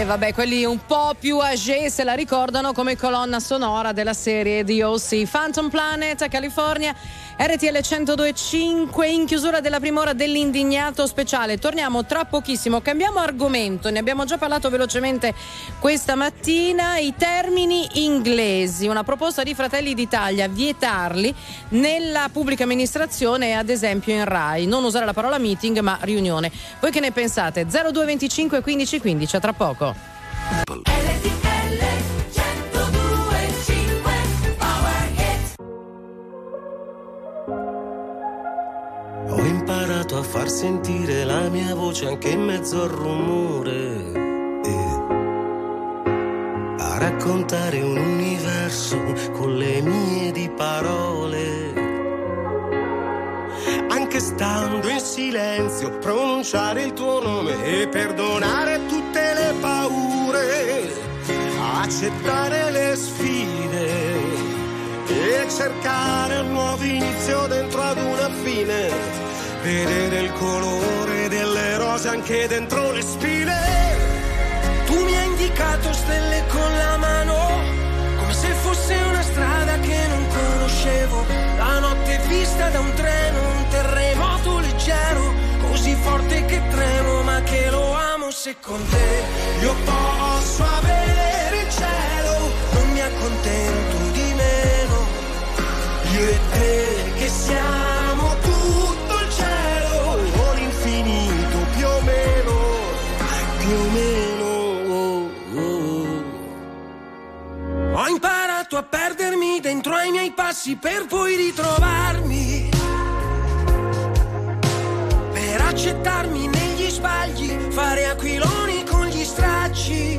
vabbè, quelli un po' più âgé se la ricordano come colonna sonora della serie The O.C. Phantom Planet, California, RTL 102.5, in chiusura della prima ora dell'Indignato Speciale. Torniamo tra pochissimo, cambiamo argomento, ne abbiamo già parlato velocemente questa mattina, i termini inglesi, una proposta di Fratelli d'Italia, vietarli nella pubblica amministrazione e ad esempio in RAI, non usare la parola meeting ma riunione. Voi che ne pensate? 0225 15 15, a tra poco. Ho imparato a far sentire la mia voce anche in mezzo al rumore, a raccontare un universo con le mie di parole, anche stando in silenzio, pronunciare il tuo nome e perdonare tutte le paure, accettare le sfide e cercare un nuovo inizio dentro ad una fine, vedere il colore delle rose anche dentro le spine. Tu mi hai indicato stelle con la mano, come se fosse una strada che non conoscevo, la notte vista da un treno, un terremoto leggero, così forte che tremo ma che lo amo. Se con te io posso avere il cielo, non mi accontento di meno, io e te che siamo tutto il cielo o l'infinito più o meno, più o meno. Ho imparato a perdermi dentro ai miei passi per poi ritrovarmi, per accettarmi negli sbagli, fare aquiloni con gli stracci,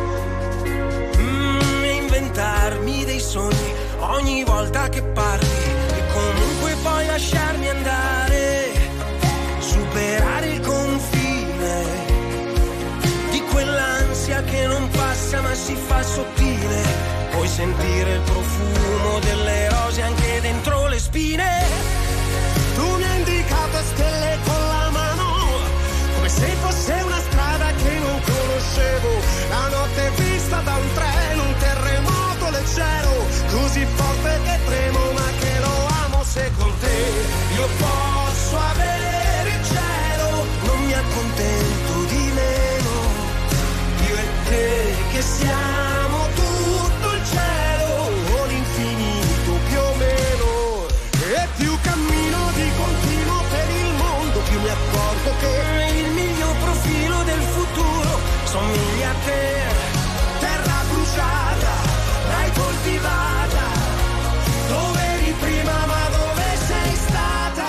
e inventarmi dei sogni ogni volta che parli e comunque poi lasciarmi andare, superare il confine di quell'ansia che non passa ma si fa sottile, puoi sentire il profumo delle rose anche dentro le spine. Tu mi hai indicato stelle con la mano, come se fosse una strada che non conoscevo, la notte vista da un treno, un terremoto leggero, così forte che tremo ma che lo amo. Se con te io posso avere il cielo, non mi accontento di meno, io e te che siamo tutto il cielo o l'infinito più o meno, e più cammino di continuo per il mondo, più mi accorgo che il mio profilo del futuro somiglia a te, terra bruciata, mai coltivata, dove eri prima ma dove sei stata,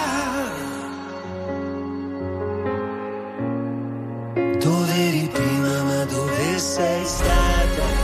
dove eri prima ma dove sei stata.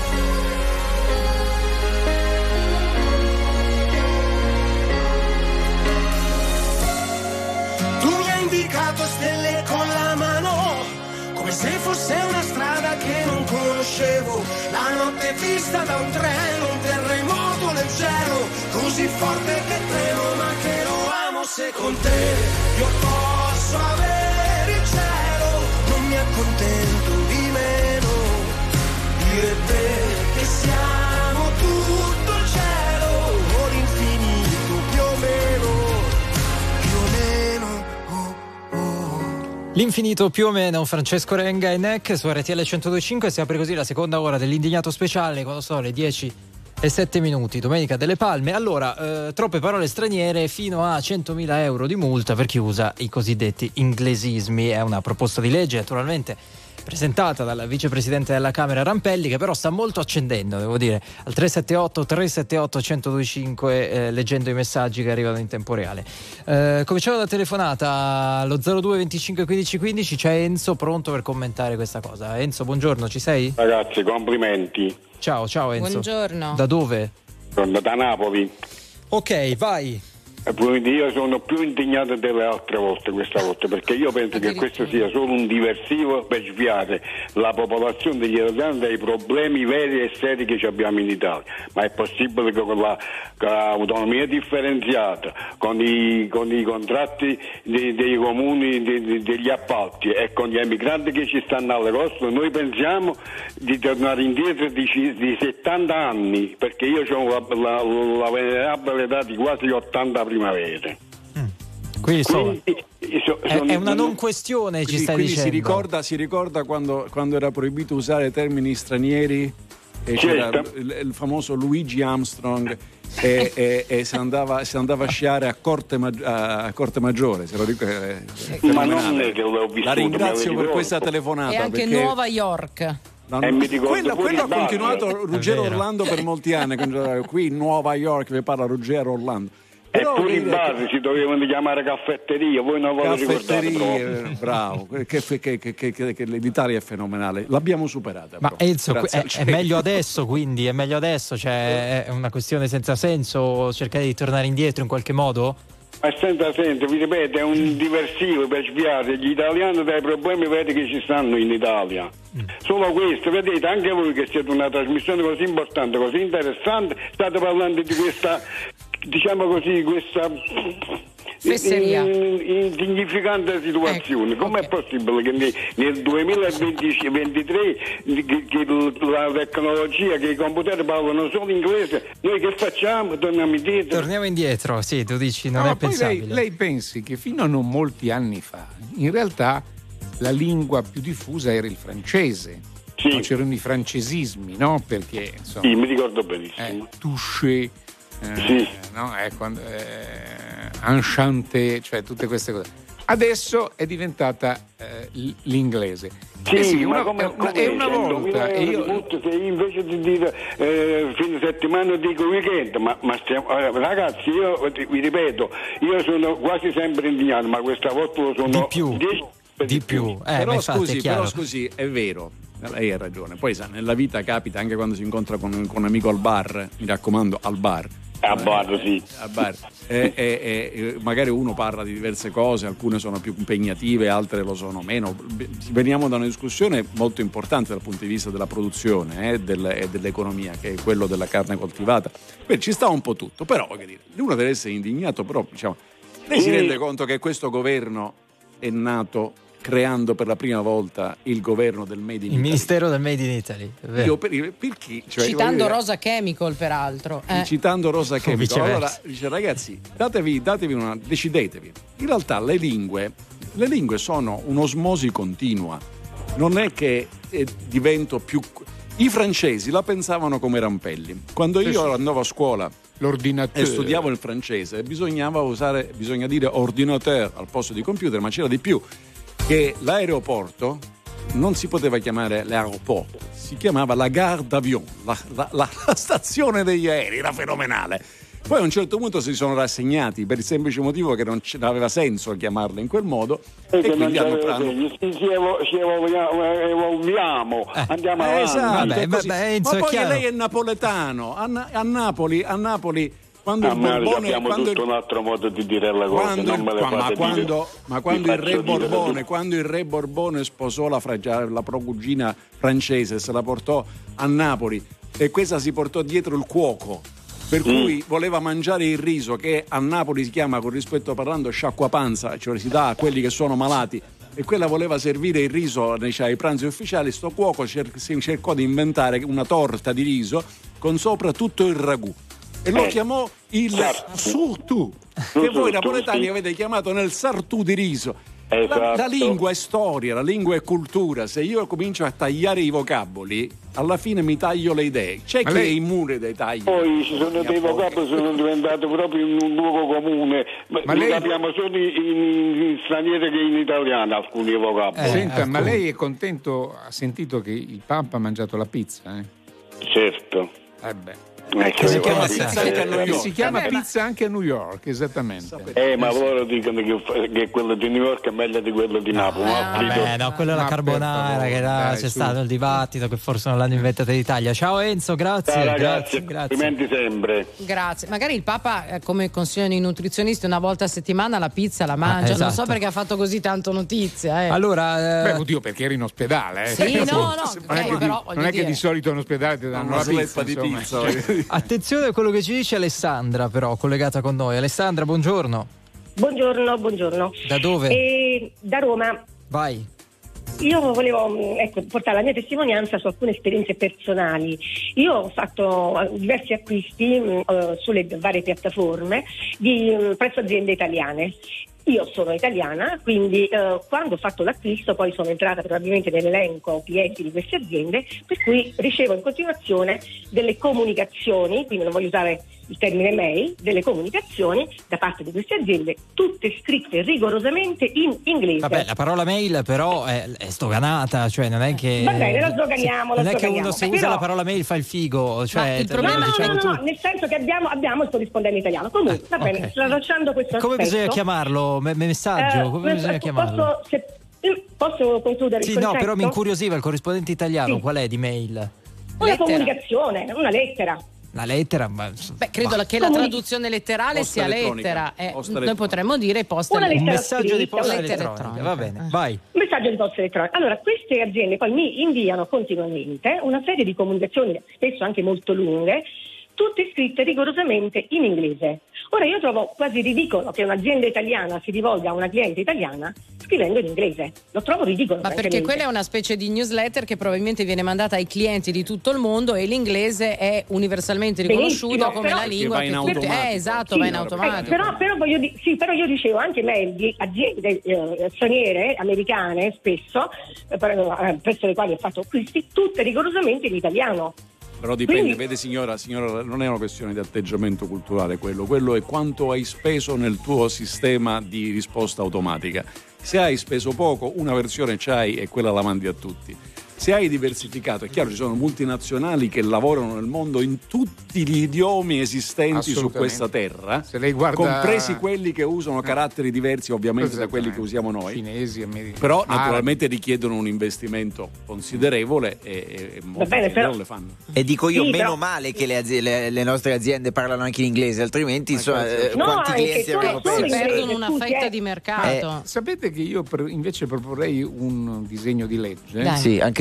Tu mi hai indicato stelle con la mano, come se fosse una strada che non conoscevo, la notte vista da un treno, un terremoto leggero, così forte che tremo ma che lo amo. Se con te io posso avere il cielo, non mi accontento di meno, io e te che siamo tutto il cielo o l'infinito più o meno, più o meno. L'infinito più o meno, Francesco Renga e Neck su RTL 102.5. Si apre così la seconda ora dell'Indignato Speciale, quando sono le 10:07, domenica delle Palme. Allora, troppe parole straniere fino a 100.000 euro di multa per chi usa i cosiddetti inglesismi. È una proposta di legge naturalmente presentata dal vicepresidente della Camera Rampelli, che però sta molto accendendo, devo dire, al 378-378-1025, leggendo i messaggi che arrivano in tempo reale. Cominciamo da telefonata allo 02 25 15 15. C'è Enzo pronto per commentare questa cosa. Enzo, buongiorno, ci sei? Ragazzi, complimenti. Ciao Enzo. Buongiorno. Da dove? Da Napoli. Ok, vai. Quindi io sono più indignato delle altre volte questa volta, perché io penso che questo sia solo un diversivo per sviare la popolazione degli italiani dai problemi veri e seri che abbiamo in Italia. Ma è possibile che con l'autonomia differenziata, con i contratti dei comuni, degli appalti e con gli emigranti che ci stanno alle coste, noi pensiamo di tornare indietro di 70 anni, perché io ho la venerabile età di quasi 80 primavere. Quindi è una non questione, ci stai dicendo. Si ricorda quando era proibito usare termini stranieri e c'era il famoso Luigi Armstrong e si andava a sciare a Corte Maggiore, se lo dico, ma non è che l'ho visto. La ringrazio per questa telefonata. E anche perché... Nuova York. Quello ha continuato Ruggero Orlando per molti anni. Qui in Nuova York vi parla Ruggero Orlando. E pure in base si dovevano chiamare caffetteria, voi non ve lo ricordate. Bravo, che l'Italia è fenomenale, l'abbiamo superata. Ma Enzo, è meglio adesso, quindi è meglio adesso, cioè è una questione senza senso cercare di tornare indietro in qualche modo? Ma senza senso, vi ripeto, è un diversivo per sviare gli italiani dai problemi veri che ci stanno in Italia. Solo questo, vedete, anche voi che siete una trasmissione così importante, così interessante, state parlando di questa, diciamo così, questa insignificante situazione. Com'è possibile che nel 2023 che la tecnologia, che i computer parlano solo inglese, noi che facciamo? Torniamo indietro? Sì, tu dici non è pensabile. Lei pensi che fino a non molti anni fa in realtà la lingua più diffusa era il francese. Sì. No, c'erano i francesismi, no? Perché insomma, sì, mi ricordo benissimo. Touché, sì. No? Enchanté, cioè tutte queste cose. Adesso è diventata l'inglese. Sì, ma è una volta. Se io invece di dire fine settimana dico weekend, ma ragazzi, io vi ripeto, io sono quasi sempre indignato, ma questa volta lo sono di più. Però scusi, è vero. Lei ha ragione. Poi sa, nella vita capita anche quando si incontra con un amico al bar, mi raccomando, al bar. A bar, sì. A bar. Magari uno parla di diverse cose, alcune sono più impegnative, altre lo sono meno. Veniamo da una discussione molto importante dal punto di vista della produzione e dell'economia, che è quello della carne coltivata. Beh, ci sta un po' tutto, però voglio dire, uno deve essere indignato, però diciamo, lei si rende conto che questo governo è nato creando per la prima volta il governo del Made in Italy. Il Ministero del Made in Italy. Perché? Cioè, citando Rosa Chemical, peraltro. Citando Rosa Chemical. Allora dice, ragazzi, decidetevi. In realtà le lingue sono un'osmosi continua. Non è che divento più... I francesi la pensavano come Rampelli. Quando io andavo a scuola e studiavo il francese, bisogna dire ordinateur al posto di computer, ma c'era di più. Che l'aeroporto non si poteva chiamare l'aeroporto, si chiamava la gare d'avion, la stazione degli aerei, era fenomenale. Poi a un certo punto si sono rassegnati per il semplice motivo che non aveva senso chiamarla in quel modo e quindi evolviamo, andiamo avanti. Esatto, ma poi lei è napoletano, a Napoli quando il Borbone, tutto un altro modo di dire la cosa, quando il re Borbone sposò la procugina francese, se la portò a Napoli e questa si portò dietro il cuoco, per cui voleva mangiare il riso, che a Napoli si chiama, con rispetto parlando, sciacquapanza, cioè si dà a quelli che sono malati, e quella voleva servire il riso ai pranzi ufficiali. Sto cuoco cercò di inventare una torta di riso con sopra tutto il ragù e lo chiamò il surtù, che voi napoletani avete chiamato nel sartù di riso. La lingua è storia, la lingua è cultura. Se io comincio a tagliare i vocaboli, alla fine mi taglio le idee. C'è chi è immune dai tagli. Poi ci sono dei vocaboli che sono diventati proprio un luogo comune. Ma li capiamo solo in straniero che in italiano alcuni vocaboli. Senta, ma lei è contento? Ha sentito che il Papa ha mangiato la pizza? Certo. Si chiama pizza anche a New York, esattamente. Ma loro dicono che quello di New York è meglio di quello di Napoli. No, quello è la carbonara, che c'è stato il dibattito che forse non l'hanno inventata in Italia. Ciao Enzo, grazie. Ciao ragazzi, grazie. complimenti sempre. Grazie. Magari il Papa, come consigliano i nutrizionisti, una volta a settimana la pizza la mangia. Esatto. Non so perché ha fatto così tanto notizia. Allora, oddio, perché eri in ospedale. Sì, no, non è che di solito in ospedale ti danno la pizza di pizza. Attenzione a quello che ci dice Alessandra, però collegata con noi. Alessandra, buongiorno. Buongiorno. Da dove? Da Roma. Vai. Io volevo portare la mia testimonianza su alcune esperienze personali. Io ho fatto diversi acquisti sulle varie piattaforme presso aziende italiane. Io sono italiana, quindi quando ho fatto l'acquisto poi sono entrata probabilmente nell'elenco clienti di queste aziende, per cui ricevo in continuazione delle comunicazioni, quindi non voglio usare il termine mail, delle comunicazioni da parte di queste aziende, tutte scritte rigorosamente in inglese. Vabbè, la parola mail però è sdoganata, cioè non è che... Va bene, la sdoganiamo. Non è che uno se usa la parola mail fa il figo, cioè... il problema no, nel senso che abbiamo sto rispondendo in italiano. Comunque, va bene, tralasciando questo come aspetto... bisogna chiamarlo? Messaggio? Come bisogna chiamarlo? Posso concludere il concetto? No, però mi incuriosiva il corrispondente italiano, sì. Qual è di mail? Una comunicazione, una lettera. La lettera? Credo che la traduzione letterale sia lettera. Noi potremmo dire posta un messaggio di posta elettronica. Va bene, vai. Un messaggio di posta elettronica. Allora, queste aziende poi mi inviano continuamente una serie di comunicazioni, spesso anche molto lunghe, tutte scritte rigorosamente in inglese. Ora io trovo quasi ridicolo che un'azienda italiana si rivolga a una cliente italiana scrivendo in inglese. Lo trovo ridicolo. Ma perché quella è una specie di newsletter che probabilmente viene mandata ai clienti di tutto il mondo e l'inglese è universalmente riconosciuto come la lingua che tutti... esatto, va in automatico. Però io ricevo anche mail di aziende straniere, americane spesso, presso le quali ho fatto acquisti, tutte rigorosamente in italiano. Però dipende, vede signora, non è una questione di atteggiamento culturale quello è quanto hai speso nel tuo sistema di risposta automatica. Se hai speso poco, una versione c'hai e quella la mandi a tutti. Se hai diversificato, è chiaro, ci sono multinazionali che lavorano nel mondo in tutti gli idiomi esistenti su questa terra, se lei guarda... compresi quelli che usano caratteri diversi ovviamente da quelli che usiamo noi, cinesi, americani, però naturalmente richiedono un investimento considerevole e molti non le fanno. E dico io, meno male che le nostre aziende parlano anche in inglese, altrimenti quanti clienti abbiamo perso? Perdono una fetta di mercato. Sapete che io invece proporrei un disegno di legge? Dai. Sì, anche tu.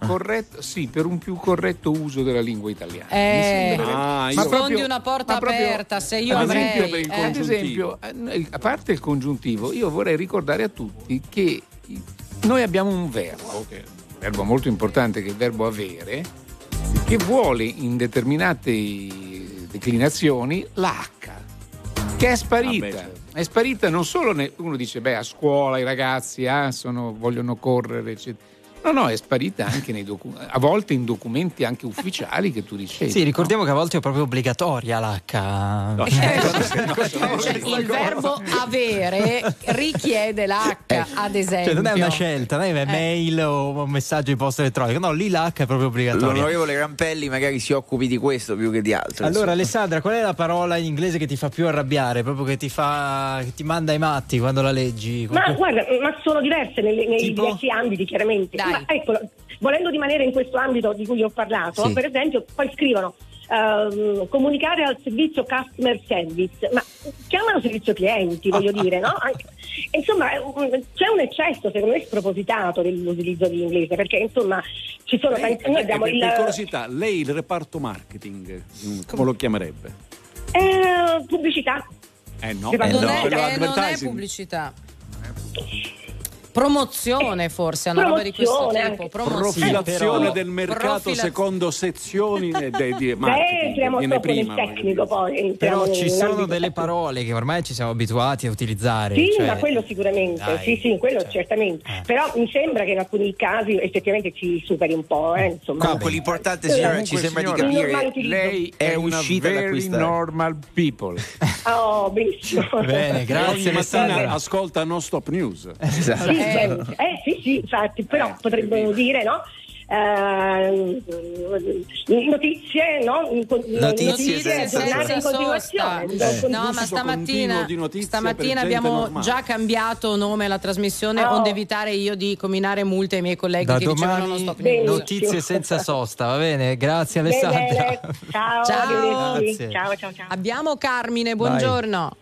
Per un più corretto uso della lingua italiana. Sfondi una porta aperta, se io avrei... Ad esempio, a parte il congiuntivo, io vorrei ricordare a tutti che noi abbiamo un verbo molto importante, che è il verbo avere, che vuole in determinate declinazioni l'H, che è sparita. È sparita non solo, uno dice, a scuola i ragazzi vogliono correre, eccetera. No, è sparita anche a volte in documenti anche ufficiali che tu ricevi. Sì, ricordiamo che a volte è proprio obbligatoria l'H. Il verbo avere richiede l'H, ad esempio. Cioè non è una scelta, non è mail o un messaggio di posta elettronica. No, lì l'H è proprio obbligatoria. L'onorevole Rampelli magari si occupi di questo più che di altro. Allora, Alessandra, qual è la parola in inglese che ti fa più arrabbiare? Proprio che ti manda ai matti quando la leggi? Ma guarda, sono diverse nei diversi ambiti, chiaramente. Dai. Ma ecco, volendo rimanere in questo ambito di cui ho parlato, per esempio, poi scrivono comunicare al servizio customer service, ma chiamano servizio clienti, voglio dire, no? Insomma, c'è un eccesso, secondo me, spropositato dell'utilizzo di inglese, perché insomma ci sono tanti. Noi abbiamo per curiosità, lei il reparto marketing come lo chiamerebbe? Pubblicità. Non è pubblicità. Promozione, forse, una roba di questo tipo. Profilazione del mercato secondo sezioni di marketing. Viene prima, tecnico, poi. Però ci sono delle parole che ormai ci siamo abituati a utilizzare. Sì, ma quello sicuramente. Dai, sì, quello certamente. Però mi sembra che in alcuni casi effettivamente ci superi un po'. Insomma. Comunque l'importante, signora, ci sembra di capire che lei è una very normal people. Oh, benissimo. Bene, grazie. Ogni mattina ascolta Non Stop News. Sì, infatti, però potremmo dire, no? notizie, no? Notizie senza sosta. No, ma stamattina abbiamo già cambiato nome alla trasmissione, onde evitare io di comminare multe ai miei colleghi da che dicevano non stop. Notizie senza sosta, va bene? Grazie Alessandra. Ciao. Grazie. Ciao. Abbiamo Carmine, buongiorno.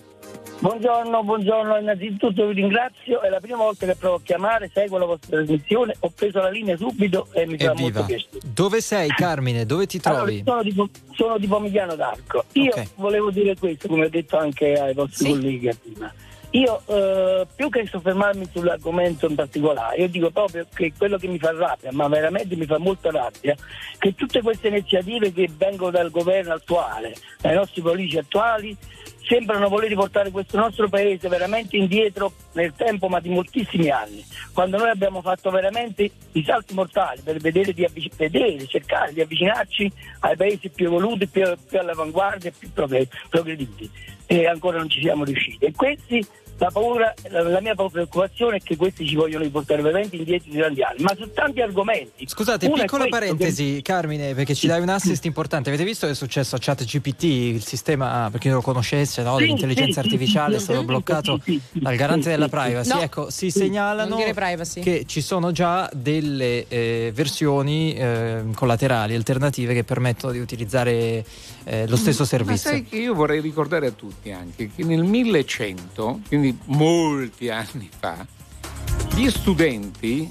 Buongiorno, innanzitutto vi ringrazio, è la prima volta che provo a chiamare, seguo la vostra trasmissione, ho preso la linea subito e mi fa molto piacere. Dove sei Carmine? Dove ti trovi? Allora, sono di Pomigliano d'Arco. Io volevo dire questo, come ho detto anche ai vostri colleghi prima. Io più che soffermarmi sull'argomento in particolare, io dico proprio che quello che mi fa rabbia, ma veramente mi fa molta rabbia, che tutte queste iniziative che vengono dal governo attuale, dai nostri politici attuali, sembrano voler riportare questo nostro paese veramente indietro nel tempo, ma di moltissimi anni, quando noi abbiamo fatto veramente i salti mortali per cercare di avvicinarci ai paesi più evoluti, più all'avanguardia, più progrediti, e ancora non ci siamo riusciti. E questi, la mia preoccupazione è che questi ci vogliono riportare veramente indietro di tanti anni, ma su tanti argomenti. Scusate, piccola parentesi, Carmine, perché ci dai un assist importante. Avete visto che è successo a ChatGPT, il sistema, per chi non lo conoscesse, no, dell'intelligenza artificiale, è stato bloccato dal garante della privacy. No, ecco, si segnalano che ci sono già delle versioni collaterali, alternative, che permettono di utilizzare lo stesso servizio. Ma sai che io vorrei ricordare a tutti anche che nel 1100, quindi molti anni fa, gli studenti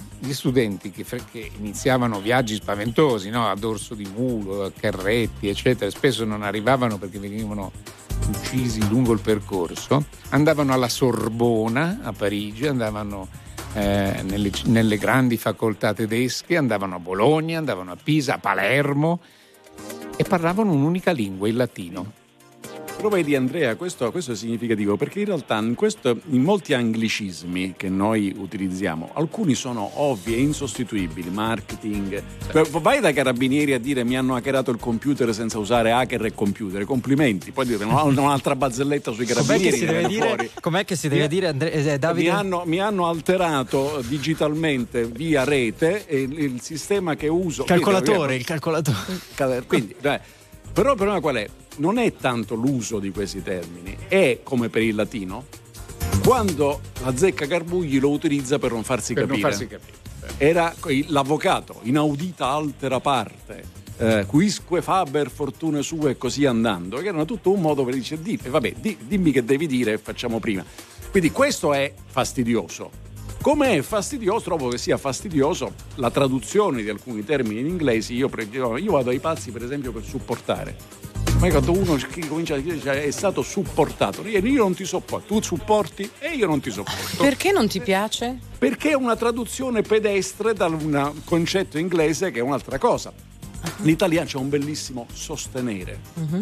che iniziavano viaggi spaventosi, no? A dorso di mulo, a carretti, eccetera, spesso non arrivavano perché venivano uccisi lungo il percorso, andavano alla Sorbona a Parigi, andavano nelle grandi facoltà tedesche, andavano a Bologna, andavano a Pisa, a Palermo, e parlavano un'unica lingua, il latino. Però vedi Andrea, questo è significativo, perché in realtà in molti anglicismi che noi utilizziamo, alcuni sono ovvi e insostituibili, marketing. Vai dai carabinieri a dire mi hanno hackerato il computer senza usare hacker e computer, complimenti, poi dire un'altra barzelletta sui carabinieri. Com'è che si deve dire Andrea, Davide? Mi hanno alterato digitalmente via rete il sistema che uso. Il calcolatore. Quindi, però il problema qual è? Non è tanto l'uso di questi termini, è come per il latino, quando la Zecca Carbugli lo utilizza per non farsi capire. Era l'avvocato, inaudita altera parte, quisque faber fortune sue e così andando, che erano tutto un modo per dire dimmi che devi dire e facciamo prima. Quindi questo è fastidioso. Come è fastidioso, trovo che sia fastidioso la traduzione di alcuni termini in inglese. Io vado ai pazzi, per esempio, per supportare. Ma quando uno comincia a dire è stato supportato, io non ti sopporto, tu supporti e io non ti sopporto. Perché non ti piace? Perché è una traduzione pedestre da un concetto inglese che è un'altra cosa. In italiano c'è un bellissimo sostenere.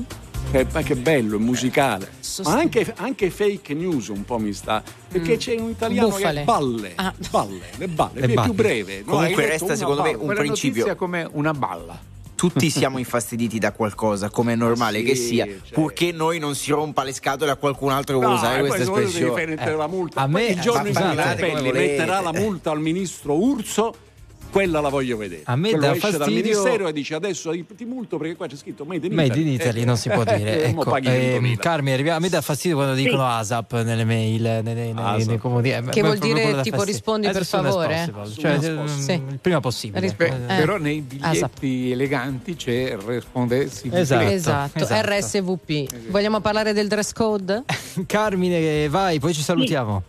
Che bello, è musicale. Ma anche fake news un po' mi sta, perché c'è un italiano Buffale. Che è balle, le balle. È più breve. Comunque resta secondo me un principio come una balla. Tutti siamo infastiditi da qualcosa, come è normale che sia, purché noi non si rompa le scatole a qualcun altro che vuole usare questa espressione. La multa. A me il giorno in cui Cappelli metterà la multa al ministro Urso, quella la voglio vedere. A me dà fastidio dal ministero e dice adesso ti multo perché qua c'è scritto Made in Italy non si può dire. Carmine, a me dà fastidio quando dicono ASAP nelle mail, nei comunicati. Che vuol dire tipo rispondi per favore? Cioè il prima possibile. Però nei biglietti eleganti c'è rispondersi. Esatto. RSVP. Vogliamo parlare del dress code? Carmine, vai, poi ci salutiamo.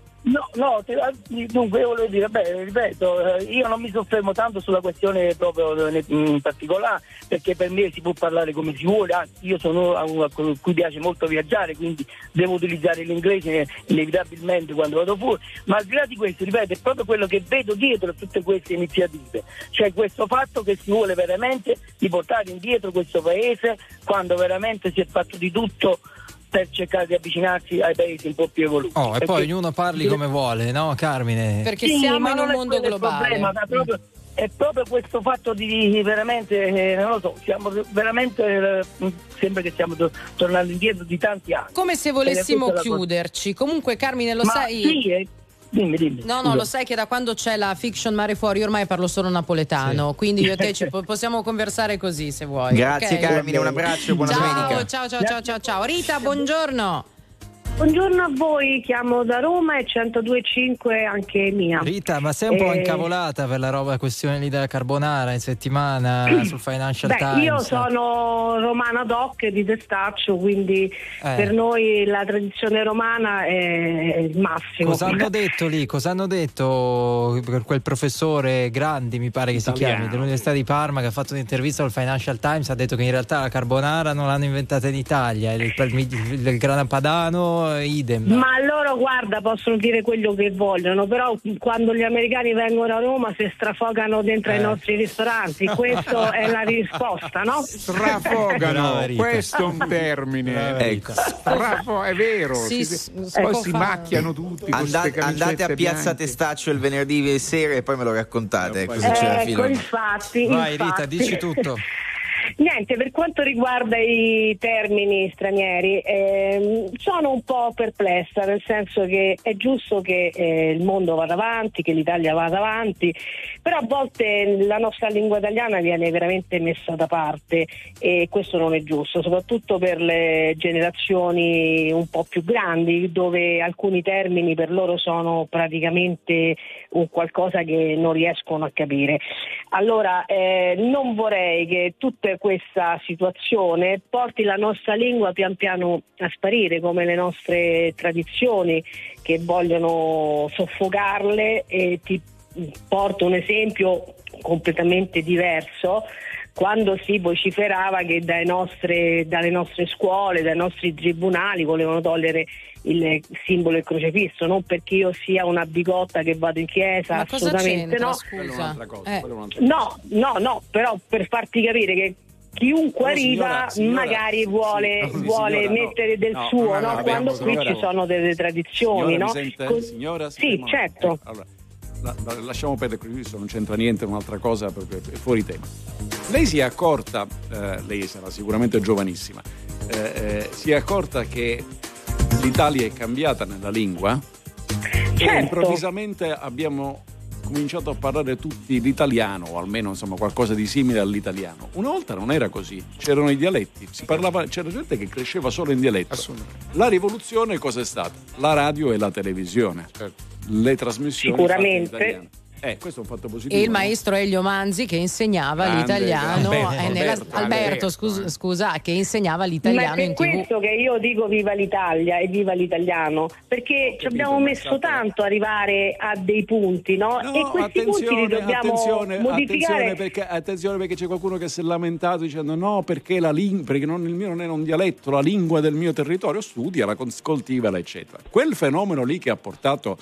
Dunque io volevo dire, ripeto, io non mi soffermo tanto sulla questione proprio in particolare, perché per me si può parlare come si vuole, anzi io sono uno a cui piace molto viaggiare, quindi devo utilizzare l'inglese inevitabilmente quando vado fuori, ma al di là di questo, ripeto, è proprio quello che vedo dietro a tutte queste iniziative, cioè questo fatto che si vuole veramente riportare indietro questo paese, quando veramente si è fatto di tutto per cercare di avvicinarsi ai paesi un po' più evoluti. E poi ognuno parli come vuole, no Carmine? Perché siamo in un mondo globale. È proprio questo fatto di veramente, non lo so, siamo veramente, sembra che stiamo tornando indietro di tanti anni. Come se volessimo chiuderci. Comunque Carmine, lo sai... Dimmi. No, lo sai che da quando c'è la fiction Mare Fuori ormai parlo solo napoletano, quindi io e te possiamo conversare così se vuoi. Grazie, okay? Carmine, un abbraccio, buona domenica. Ciao. Rita, buongiorno. Buongiorno a voi, chiamo da Roma e 102.5 anche mia. Rita, ma sei un po' incavolata per la roba, questione lì della carbonara in settimana sul Financial Times? Io sono romana doc di testaccio, quindi per noi la tradizione romana è il massimo. Cosa hanno detto lì? Cosa hanno detto per quel professore Grandi, mi pare che si chiami, dell'Università di Parma, che ha fatto un'intervista al Financial Times, ha detto che in realtà la carbonara non l'hanno inventata in Italia, il grana padano idem. Ma loro, guarda, possono dire quello che vogliono, però quando gli americani vengono a Roma si strafogano dentro ai nostri ristoranti, questa è la risposta, no? Strafogano, questo è un termine. È vero, poi si macchiano tutti. Andate a Piazza Testaccio il venerdì sera e poi me lo raccontate. Così c'è la fila. Infatti. Rita, dici tutto. Niente, per quanto riguarda i termini stranieri, sono un po' perplessa, nel senso che è giusto che il mondo vada avanti, che l'Italia vada avanti, però a volte la nostra lingua italiana viene veramente messa da parte e questo non è giusto, soprattutto per le generazioni un po' più grandi, dove alcuni termini per loro sono praticamente un qualcosa che non riescono a capire. Allora, non vorrei che tutta questa situazione porti la nostra lingua pian piano a sparire, come le nostre tradizioni che vogliono soffocarle. E ti porto un esempio completamente diverso. Quando si vociferava che dalle nostre scuole, dai nostri tribunali volevano togliere il simbolo del crocifisso, non perché io sia una bigotta che vado in chiesa, ma assolutamente no. Scusa. No, però per farti capire che chiunque arriva magari vuole mettere del suo, no? Quando qui ci sono delle tradizioni, no? Signora, sì, certo. Allora, lasciamo perdere, questo non c'entra niente, è un'altra cosa, proprio è fuori tema. Lei si è accorta, lei sarà sicuramente giovanissima, si è accorta che l'Italia è cambiata nella lingua? Certo. Improvvisamente abbiamo cominciato a parlare tutti l'italiano, o almeno insomma qualcosa di simile all'italiano. Una volta non era così, c'erano i dialetti, c'era gente che cresceva solo in dialetto. La rivoluzione cosa è stata? La radio e la televisione, le trasmissioni sicuramente in italiano. Questo è un fatto positivo. E il maestro Elio Manzi che insegnava l'italiano, Alberto, scusa, che insegnava l'italiano in TV. Ma è per questo che io dico viva l'Italia e viva l'italiano, perché ci abbiamo messo tanto a arrivare a dei punti, no? E questi punti li dobbiamo modificare. Attenzione perché c'è qualcuno che si è lamentato dicendo no, perché la lingua, perché il mio non è un dialetto, la lingua del mio territorio, studiala, coltivala, eccetera. Quel fenomeno lì che ha portato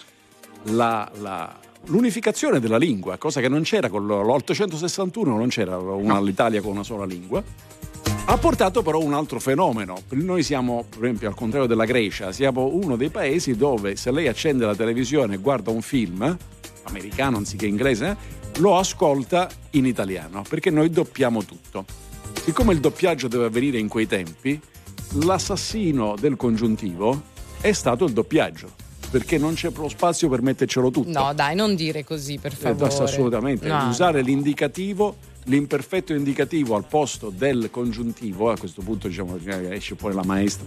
l'unificazione della lingua, cosa che non c'era con l'861, non c'era l'Italia con una sola lingua, ha portato però un altro fenomeno. Noi siamo, per esempio, al contrario della Grecia, siamo uno dei paesi dove se lei accende la televisione e guarda un film americano anziché inglese, lo ascolta in italiano, perché noi doppiamo tutto. Siccome il doppiaggio deve avvenire in quei tempi, l'assassino del congiuntivo è stato il doppiaggio, perché non c'è lo spazio per mettercelo tutto. No, dai, non dire così, per favore. Assolutamente. No. Usare l'indicativo, l'imperfetto indicativo al posto del congiuntivo, a questo punto diciamo esce poi la maestra,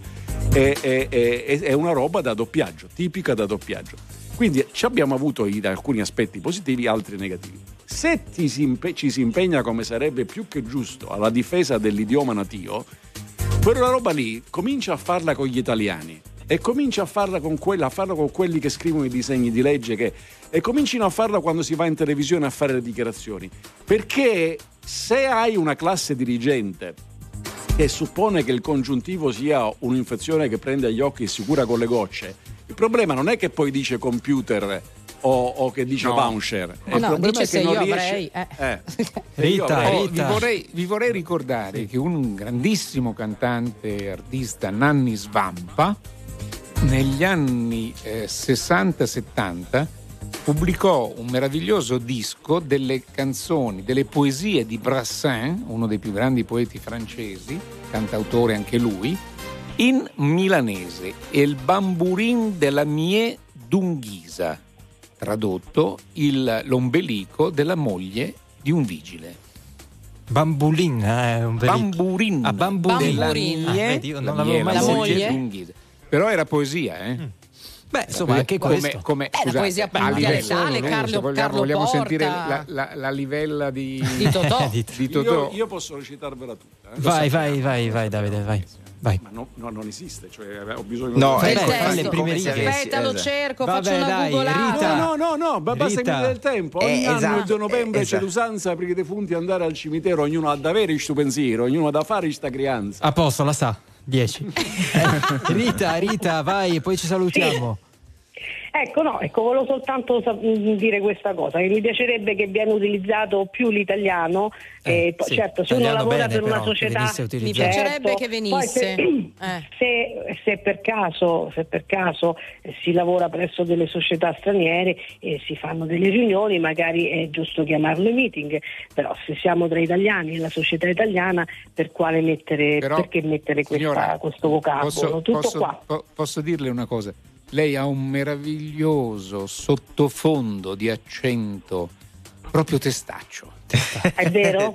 è una roba da doppiaggio, tipica da doppiaggio. Quindi ci abbiamo avuto alcuni aspetti positivi, altri negativi. Se ci si impegna, come sarebbe più che giusto, alla difesa dell'idioma natio, quella roba lì comincia a farla con gli italiani. E comincia a farla con quelli che scrivono i disegni di legge e comincino a farla quando si va in televisione a fare le dichiarazioni, perché se hai una classe dirigente che suppone che il congiuntivo sia un'infezione che prende agli occhi e si cura con le gocce, il problema non è che poi dice computer o che dice bouncer, il problema dice è che non riesce. Rita. Vi vorrei ricordare che un grandissimo cantante artista, Nanni Svampa, negli anni 60-70 pubblicò un meraviglioso disco delle canzoni, delle poesie di Brassens, uno dei più grandi poeti francesi, cantautore anche lui, in milanese, Il bamburin della mie d'Unghisa. tradotto l'ombelico della moglie di un vigile. Bambulin, Bamburin. Bamburin. Non l'avevo mai sentito. Però era poesia, Beh, insomma, anche questo. La poesia dialettale, Carlo vogliamo Porta. sentire la livella di Totò. di Totò. Io posso recitarvela tutta. Vai, Davide, vai. Ma no, non esiste, cioè ho bisogno no, le prime righe. Aspetta, lo cerco, faccio una dai, googolata. Rita. No, basta che mi dà il tempo. Ogni anno il 2 novembre c'è l'usanza per i defunti andare al cimitero, ognuno ha da avere questo pensiero, ognuno ha da fare questa crianza. A posto, la sa. 10. Rita, vai, e poi ci salutiamo. Volevo soltanto dire questa cosa, che mi piacerebbe che viene utilizzato più l'italiano, certo se uno lavora per una società mi piacerebbe che venisse. Se per caso si lavora presso delle società straniere e si fanno delle riunioni, magari è giusto chiamarle meeting, però se siamo tra italiani e la società italiana, perché mettere questo vocabolo? Posso dirle una cosa? Lei ha un meraviglioso sottofondo di accento proprio testaccio. È vero?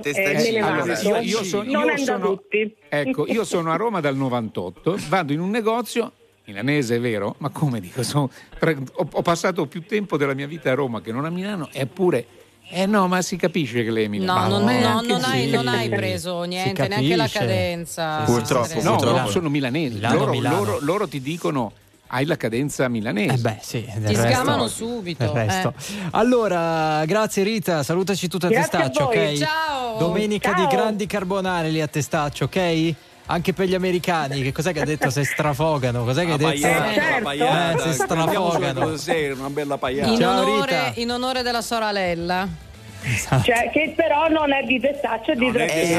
Io sono a Roma dal 98, vado in un negozio milanese, è vero, ma come dico, ho passato più tempo della mia vita a Roma che non a Milano, eppure no, ma si capisce che lei è Milano. Non hai preso niente, neanche la cadenza. Purtroppo. No, sono milanesi. Loro ti dicono hai la cadenza milanese. Ti sgamano subito. Allora, grazie Rita, salutaci tutto a Testaccio, ok? Ciao. Domenica di grandi carbonare lì a Testaccio, ok? Anche per gli americani, che cos'è che ha detto? Se strafogano, cos'è che ha detto? Se strafogano. Una bella pagliata. In onore della sorella. Esatto. Cioè, che però non è di Testaccio, è di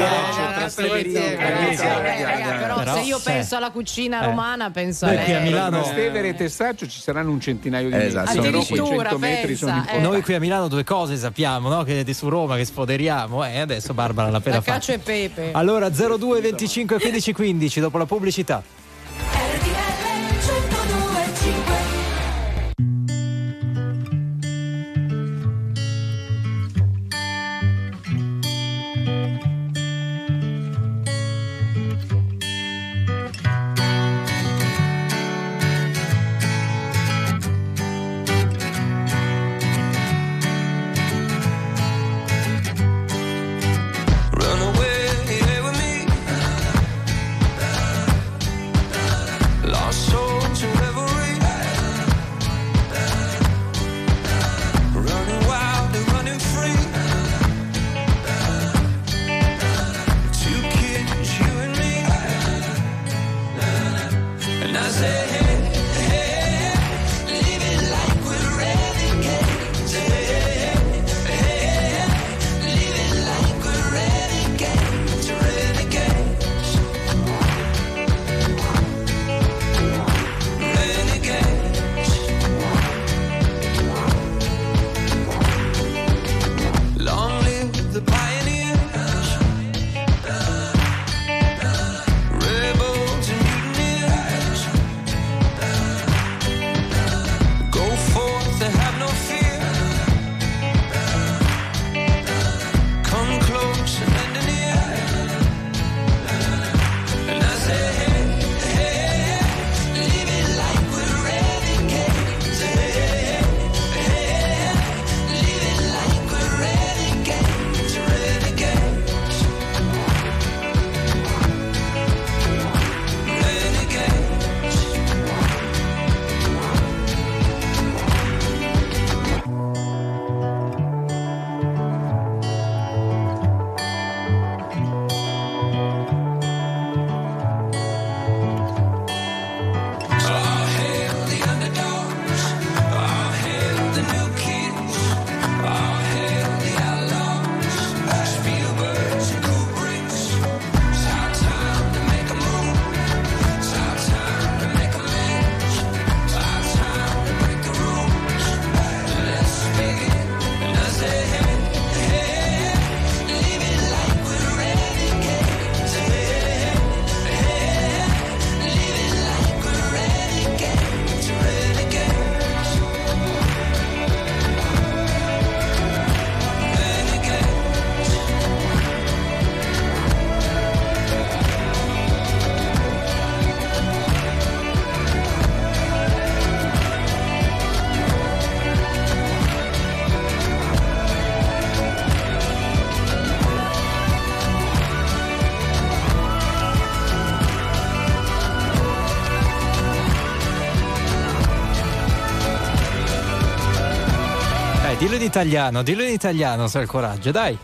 Però se io penso alla cucina romana, penso a lei. A Milano, Trastevere e Testaccio ci saranno un centinaio di metri. Addirittura, 100 metri sono Noi qui a Milano due cose sappiamo, no? Che su Roma che sfoderiamo, adesso Barbara l'ha appena fatta. Cacio e pepe. Allora 02 25 15 15 dopo la pubblicità. Dillo in italiano se hai il coraggio, dai.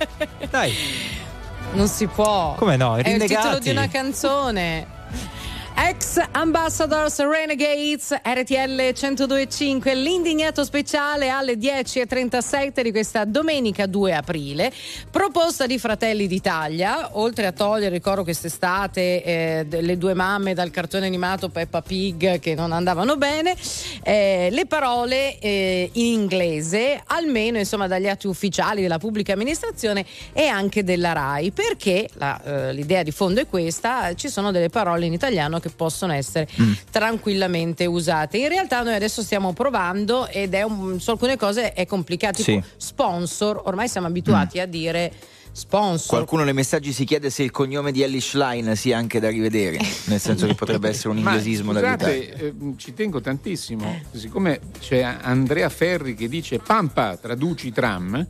Non si può. Come no? È il titolo di una canzone. Ex Ambassadors Renegades, RTL 102.5, l'indignato speciale alle 10.37 di questa domenica 2 aprile. Proposta di Fratelli d'Italia, oltre a togliere, ricordo quest'estate, le due mamme dal cartone animato Peppa Pig che non andavano bene, le parole in inglese, almeno insomma dagli atti ufficiali della pubblica amministrazione e anche della RAI, perché l'idea di fondo è questa: ci sono delle parole in italiano che possono essere tranquillamente usate. In realtà noi adesso stiamo provando ed su alcune cose è complicato, tipo sponsor, ormai siamo abituati a dire sponsor. Qualcuno nei messaggi si chiede se il cognome di Ellie Schlein sia anche da rivedere, nel senso che potrebbe essere un inglesismo da evitare. Ci tengo tantissimo, siccome c'è Andrea Ferri che dice Pampa, traduci tram,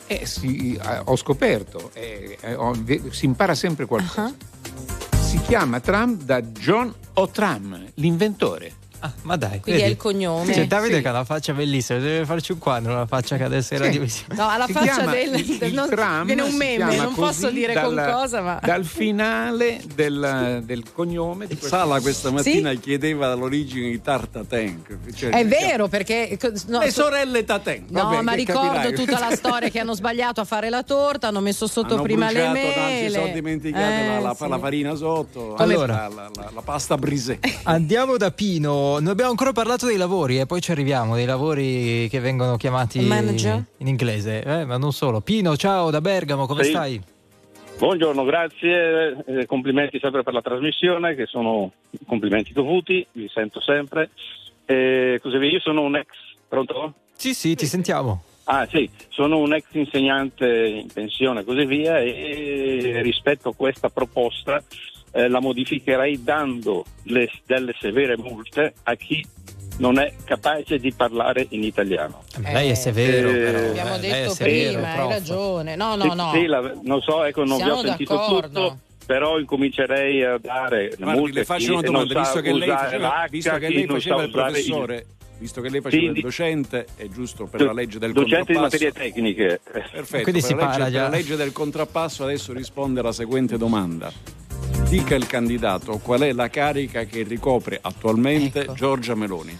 ho scoperto, si impara sempre qualcosa. Si chiama tram da John O'Tram, l'inventore. Ah, ma dai, quindi vedi? È il cognome. C'è Davide che ha una faccia bellissima, deve farci un quadro, una faccia che adesso era divisiva. No, alla faccia del tram viene un meme, non posso dire con cosa, ma dal finale del cognome di Sala questa mattina chiedeva l'origine di Tarta Tank. Cioè, è vero, perché le sorelle Tatank. No, ma ricordo tutta la storia che hanno sbagliato a fare la torta, hanno messo sotto prima le mele. Si sono dimenticate la farina sotto, allora la pasta brisée. Andiamo da Pino. Non abbiamo ancora parlato dei lavori e poi ci arriviamo, dei lavori che vengono chiamati in inglese, ma non solo. Pino, ciao da Bergamo, come stai? Buongiorno, grazie, complimenti sempre per la trasmissione, che sono complimenti dovuti, vi sento sempre. Così via, io sono un ex, pronto? Sì, ti sentiamo. Sì, sono un ex insegnante in pensione, così via, e rispetto a questa proposta la modificherei dando delle severe multe a chi non è capace di parlare in italiano. Lei è severo, però. Abbiamo detto prima, hai ragione. No. Sì, non so, non vi ho sentito tutto, però incomincerei a dare multe. Le faccio una domanda, visto che lei faceva il professore. Visto che lei faceva il docente, è giusto per la legge del docente contrappasso. Docente di materie tecniche. Perfetto, quindi per la legge del contrappasso adesso risponde alla seguente domanda. Dica il candidato qual è la carica che ricopre attualmente Giorgia Meloni.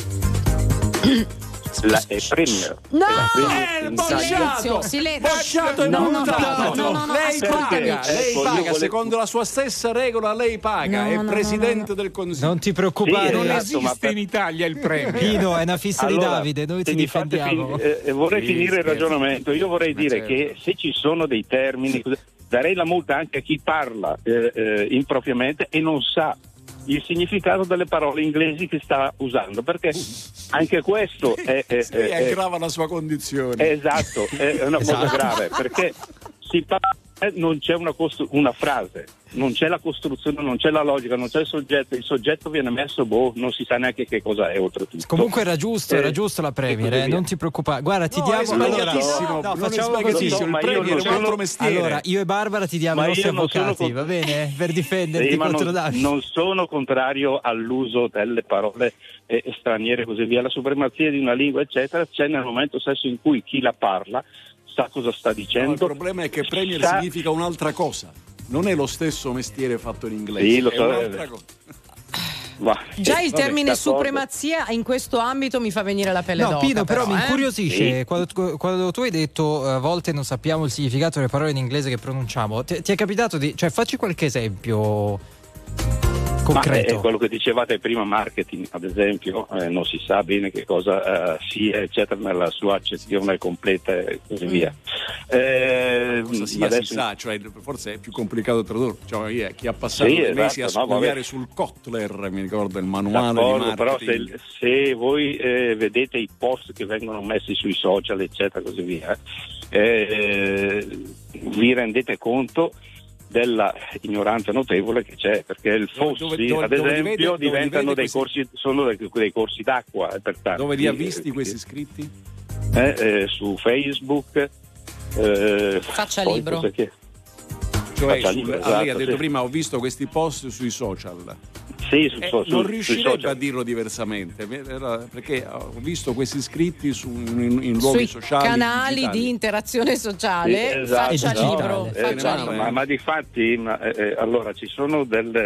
È premier. No! Silenzio! No. Lei paga, secondo la sua stessa regola lei paga, è presidente del Consiglio. Non ti preoccupare, non esiste in Italia il premio. Pino, è una fissa di Davide, noi ti difendiamo. Vorrei finire il ragionamento. Io vorrei dire che se ci sono dei termini, darei la multa anche a chi parla impropriamente e non sa il significato delle parole inglesi che sta usando, perché anche questo aggrava la sua condizione. Esatto, è una cosa grave, perché si parla, non c'è una frase, non c'è la costruzione, non c'è la logica, non c'è il soggetto viene messo, non si sa neanche che cosa è oltretutto. Comunque era giusto la Premier, non ti preoccupare. Guarda, ti diamo facciamo così, il Premier è un altro mestiere. Allora, io e Barbara ti diamo i nostri avvocati, va bene? Per difenderti contro Davide. Non sono contrario all'uso delle parole straniere e così via, la supremazia di una lingua eccetera c'è nel momento stesso in cui chi la parla sa cosa sta dicendo. Il problema è che Premier significa un'altra cosa. Non è lo stesso mestiere fatto in inglese. Sì, lo so. È un'altra cosa. Già il termine supremazia in questo ambito mi fa venire la pelle d'oca. Pino, però mi incuriosisce quando tu hai detto a volte non sappiamo il significato delle parole in inglese che pronunciamo. Ti è capitato facci qualche esempio concreto? Quello che dicevate prima, marketing ad esempio, non si sa bene che cosa sia eccetera nella sua accezione completa e così via. Cosa sia si sa, cioè forse è più complicato tradurre, cioè chi ha passato mesi a studiare sul Kotler, mi ricordo il manuale di marketing. Però se voi vedete i post che vengono messi sui social eccetera così via, vi rendete conto della ignoranza notevole che c'è, perché il Fossi ad esempio diventano dei corsi, sono dei corsi d'acqua, pertanto dove li ha visti questi iscritti? Su Facebook, Faccia libro. Esatto, lei ha detto prima ho visto questi post sui social. Sì, non riuscirebbe a dirlo diversamente, perché ho visto questi scritti in luoghi sociali, canali digitali. di interazione sociale, sì, esatto, faccia libro. Ma difatti allora ci sono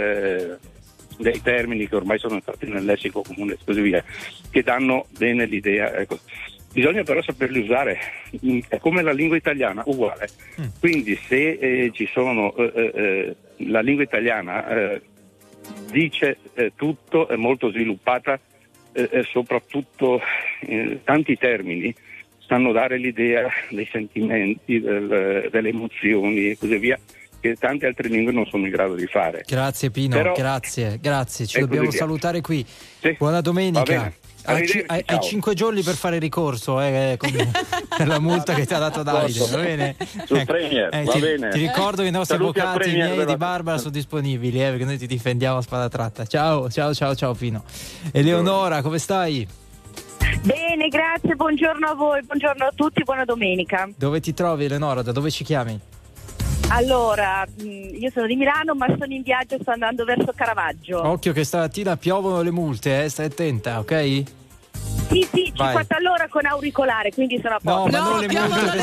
dei termini che ormai sono entrati nel lessico comune e così via, che danno bene l'idea, ecco. Bisogna però saperli usare, è come la lingua italiana, uguale. Quindi se ci sono la lingua italiana dice tutto, è molto sviluppata, soprattutto tanti termini sanno dare l'idea dei sentimenti, delle emozioni e così via, che tante altre lingue non sono in grado di fare. Grazie Pino, però, grazie, ci dobbiamo salutare qui. Sì. Buona domenica. Hai 5 giorni per fare ricorso per la multa che ti ha dato Davide, va bene? Sul Premier, va bene. Ti ricordo che i nostri Saluti avvocati miei di Barbara sono disponibili, perché noi ti difendiamo a spada tratta. Ciao Pino. Eleonora, come stai? Bene, grazie, buongiorno a voi, buongiorno a tutti, buona domenica. Dove ti trovi, Eleonora? Da dove ci chiami? Allora, io sono di Milano, ma sono in viaggio, sto andando verso Caravaggio. Occhio che stamattina piovono le multe, stai attenta, ok? Sì, 50 all'ora con auricolare, quindi sono a posto. No, ma non le multe.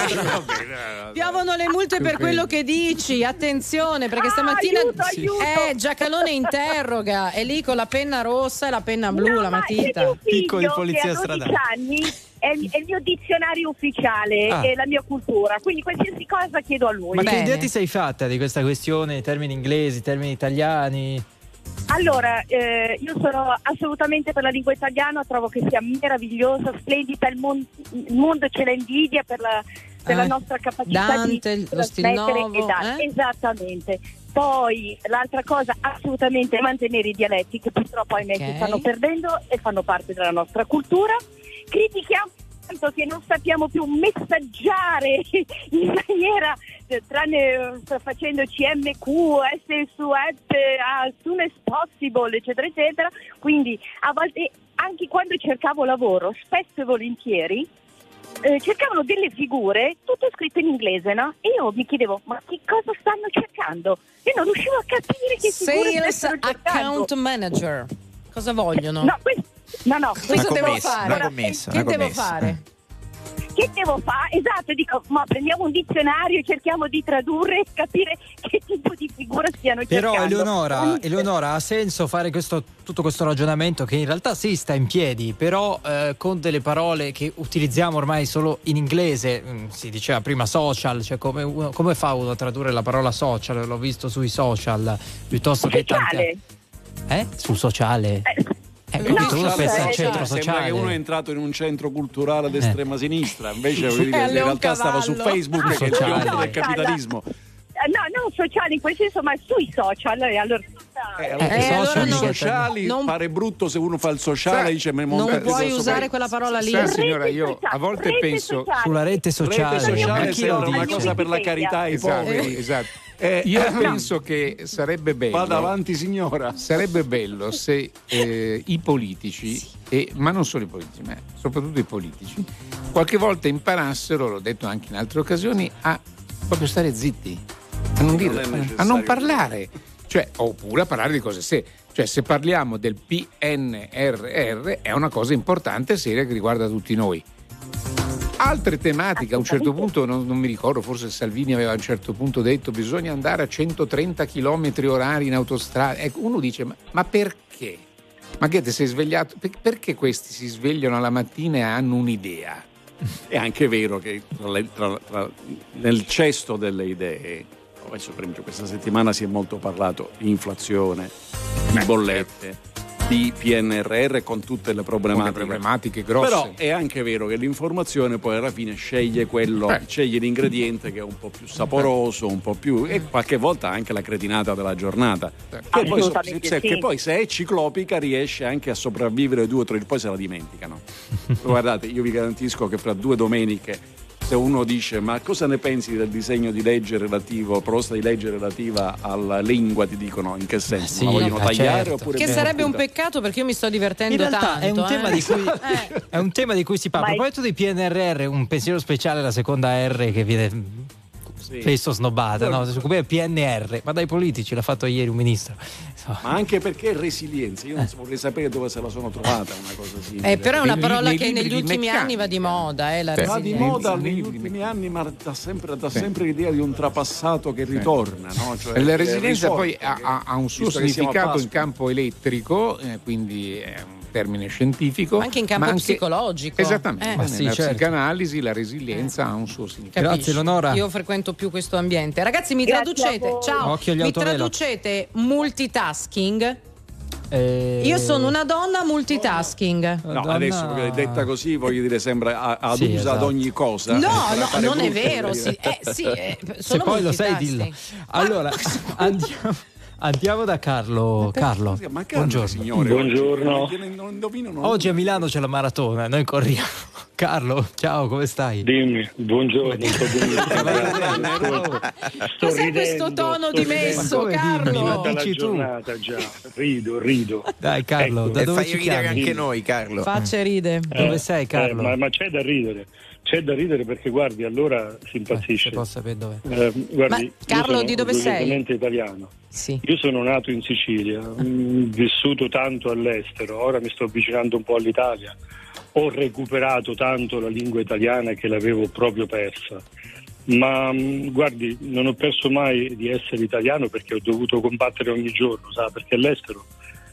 Piovono le multe per quello che dici, attenzione, perché stamattina aiuto. Giacalone interroga, è lì con la penna rossa e la penna blu, la matita. Piccoli polizia stradale. È il mio dizionario ufficiale e la mia cultura, quindi qualsiasi cosa chiedo a lui. Ma che idea ti sei fatta di questa questione, termini inglesi, termini italiani? Allora, io sono assolutamente per la lingua italiana, trovo che sia meravigliosa, splendida, il mondo ce la invidia per la nostra capacità Dante, di lo stil nuovo, esattamente. Poi l'altra cosa assolutamente è mantenere i dialetti che purtroppo si stanno perdendo e fanno parte della nostra cultura. Critichiamo tanto che non sappiamo più messaggiare in maniera, tranne facendo CMQ, S su as soon as possible, eccetera eccetera. Quindi a volte, anche quando cercavo lavoro, spesso e volentieri cercavano delle figure tutte scritte in inglese, no? E io mi chiedevo, ma che cosa stanno cercando? E non riuscivo a capire che figure Sales account manager, cosa vogliono? No, cosa devo fare? Che devo fare? Che devo fare? Esatto, dico, ma prendiamo un dizionario e cerchiamo di tradurre e capire che tipo di figura stiano cercando. Però Eleonora, ha senso fare tutto questo ragionamento che in realtà sì sta in piedi, però con delle parole che utilizziamo ormai solo in inglese. Si diceva prima social, cioè come fa uno a tradurre la parola social? L'ho visto sui social piuttosto che sociale. Sul sociale. Uno pensa al centro sociale. Sembra che uno è entrato in un centro culturale d'estrema sinistra, invece in realtà stava su Facebook che è il figlio del capitalismo. No, sociali in quel senso, ma sui social. Allora sociali pare brutto se uno fa il sociale, dice non puoi usare quella parola lì. Signora, io a volte penso sulla rete sociale. Rete sociale sembra una cosa per la carità ai poveri. Esatto. Io penso che sarebbe bello. Vada avanti, signora. Sarebbe bello se i politici, ma non solo i politici, ma soprattutto i politici, qualche volta imparassero, l'ho detto anche in altre occasioni, a proprio stare zitti, a non dire, a non parlare, cioè, oppure a parlare di cose serie. Cioè, se parliamo del PNRR è una cosa importante e seria che riguarda tutti noi. Altre tematiche, a un certo punto, non mi ricordo, forse Salvini aveva a un certo punto detto bisogna andare a 130 km/h in autostrada. Ecco, uno dice, ma perché? Ma che ti sei svegliato? Perché questi si svegliano alla mattina e hanno un'idea? È anche vero che nel cesto delle idee, adesso per esempio questa settimana si è molto parlato di inflazione, di bollette, di PNRR con tutte le problematiche grosse. Però è anche vero che l'informazione poi alla fine sceglie sceglie l'ingrediente che è un po' più saporoso, un po' più, e qualche volta anche la cretinata della giornata. Che poi se è ciclopica riesce anche a sopravvivere 2 o 3, poi se la dimenticano. Guardate, io vi garantisco che fra 2 domeniche, se uno dice ma cosa ne pensi del disegno di legge proposta di legge relativa alla lingua, ti dicono in che senso? La vogliono tagliare oppure che sarebbe un peccato, perché io mi sto divertendo in realtà tanto. È un tema di cui si parla. A proposito di PNRR, un pensiero speciale, la seconda R che viene spesso snobbata, no? Come PNR, ma dai politici, l'ha fatto ieri un ministro. ma anche perché resilienza, io non vorrei sapere dove se la sono trovata una cosa simile. Però è una parola che negli ultimi anni va di moda, la resilienza. Va di moda negli ultimi anni, ma dà sempre l'idea di un trapassato che ritorna, no? Cioè, la resilienza poi ha un suo significato in campo elettrico, quindi è un termine scientifico, anche in campo psicologico. Esattamente, nella psicanalisi la resilienza ha un suo significato. Grazie Leonora. Io frequento più questo ambiente. Ragazzi, mi traducete? Ciao. Mi traducete multitasking? Io sono una donna multitasking. No, adesso detta così voglio dire sembra adusa ad ogni cosa. No, non è vero. Sono se poi lo sai dillo. Allora andiamo da Carlo. Carlo, ma buongiorno signore. Buongiorno. Oggi a Milano c'è la maratona, noi corriamo. Carlo, ciao, come stai? Dimmi, buongiorno. Cos'è questo tono dimesso, Carlo? La giornata già, rido. Dai Carlo, da dove ci ridere anche noi, Carlo? Faccia ride. Dove sei, Carlo? Ma c'è da ridere. C'è da ridere perché guardi, allora si impazzisce. Se posso sapere dove. Guardi, Carlo, di dove sei? Italiano. Sì. Io sono nato in Sicilia, vissuto tanto all'estero, ora mi sto avvicinando un po' all'Italia. Ho recuperato tanto la lingua italiana che l'avevo proprio persa. Ma guardi, non ho perso mai di essere italiano perché ho dovuto combattere ogni giorno, sa? Perché all'estero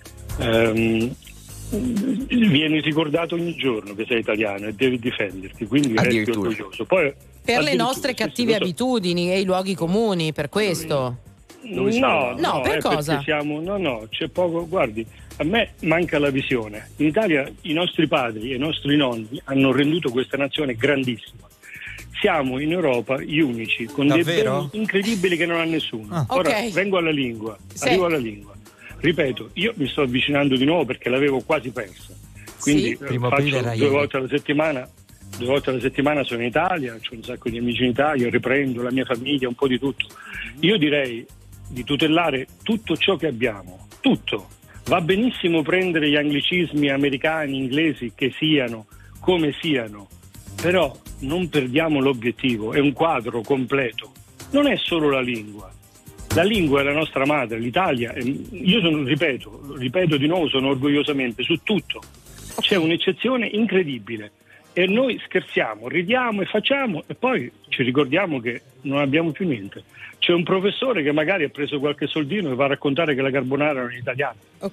vieni ricordato ogni giorno che sei italiano e devi difenderti, quindi resti orgoglioso. Poi, per le nostre cattive abitudini e i luoghi comuni, per questo. No, per cosa? C'è poco, guardi, a me manca la visione. In Italia i nostri padri e i nostri nonni hanno renduto questa nazione grandissima. Siamo in Europa gli unici, con dei beni incredibili che non ha nessuno. Ora vengo alla lingua, arrivo alla lingua. Ripeto, io mi sto avvicinando di nuovo perché l'avevo quasi persa. Quindi faccio 2 volte alla settimana. 2 volte alla settimana sono in Italia, ho un sacco di amici in Italia, riprendo la mia famiglia, un po' di tutto. Io direi di tutelare tutto ciò che abbiamo, tutto. Va benissimo prendere gli anglicismi americani, inglesi, che siano come siano, però non perdiamo l'obiettivo, è un quadro completo. Non è solo la lingua. La lingua è la nostra madre, l'Italia. Io ripeto di nuovo, sono orgogliosamente su tutto. C'è un'eccezione incredibile. E noi scherziamo, ridiamo e facciamo e poi ci ricordiamo che non abbiamo più niente. C'è un professore che magari ha preso qualche soldino e va a raccontare che la carbonara non è italiana.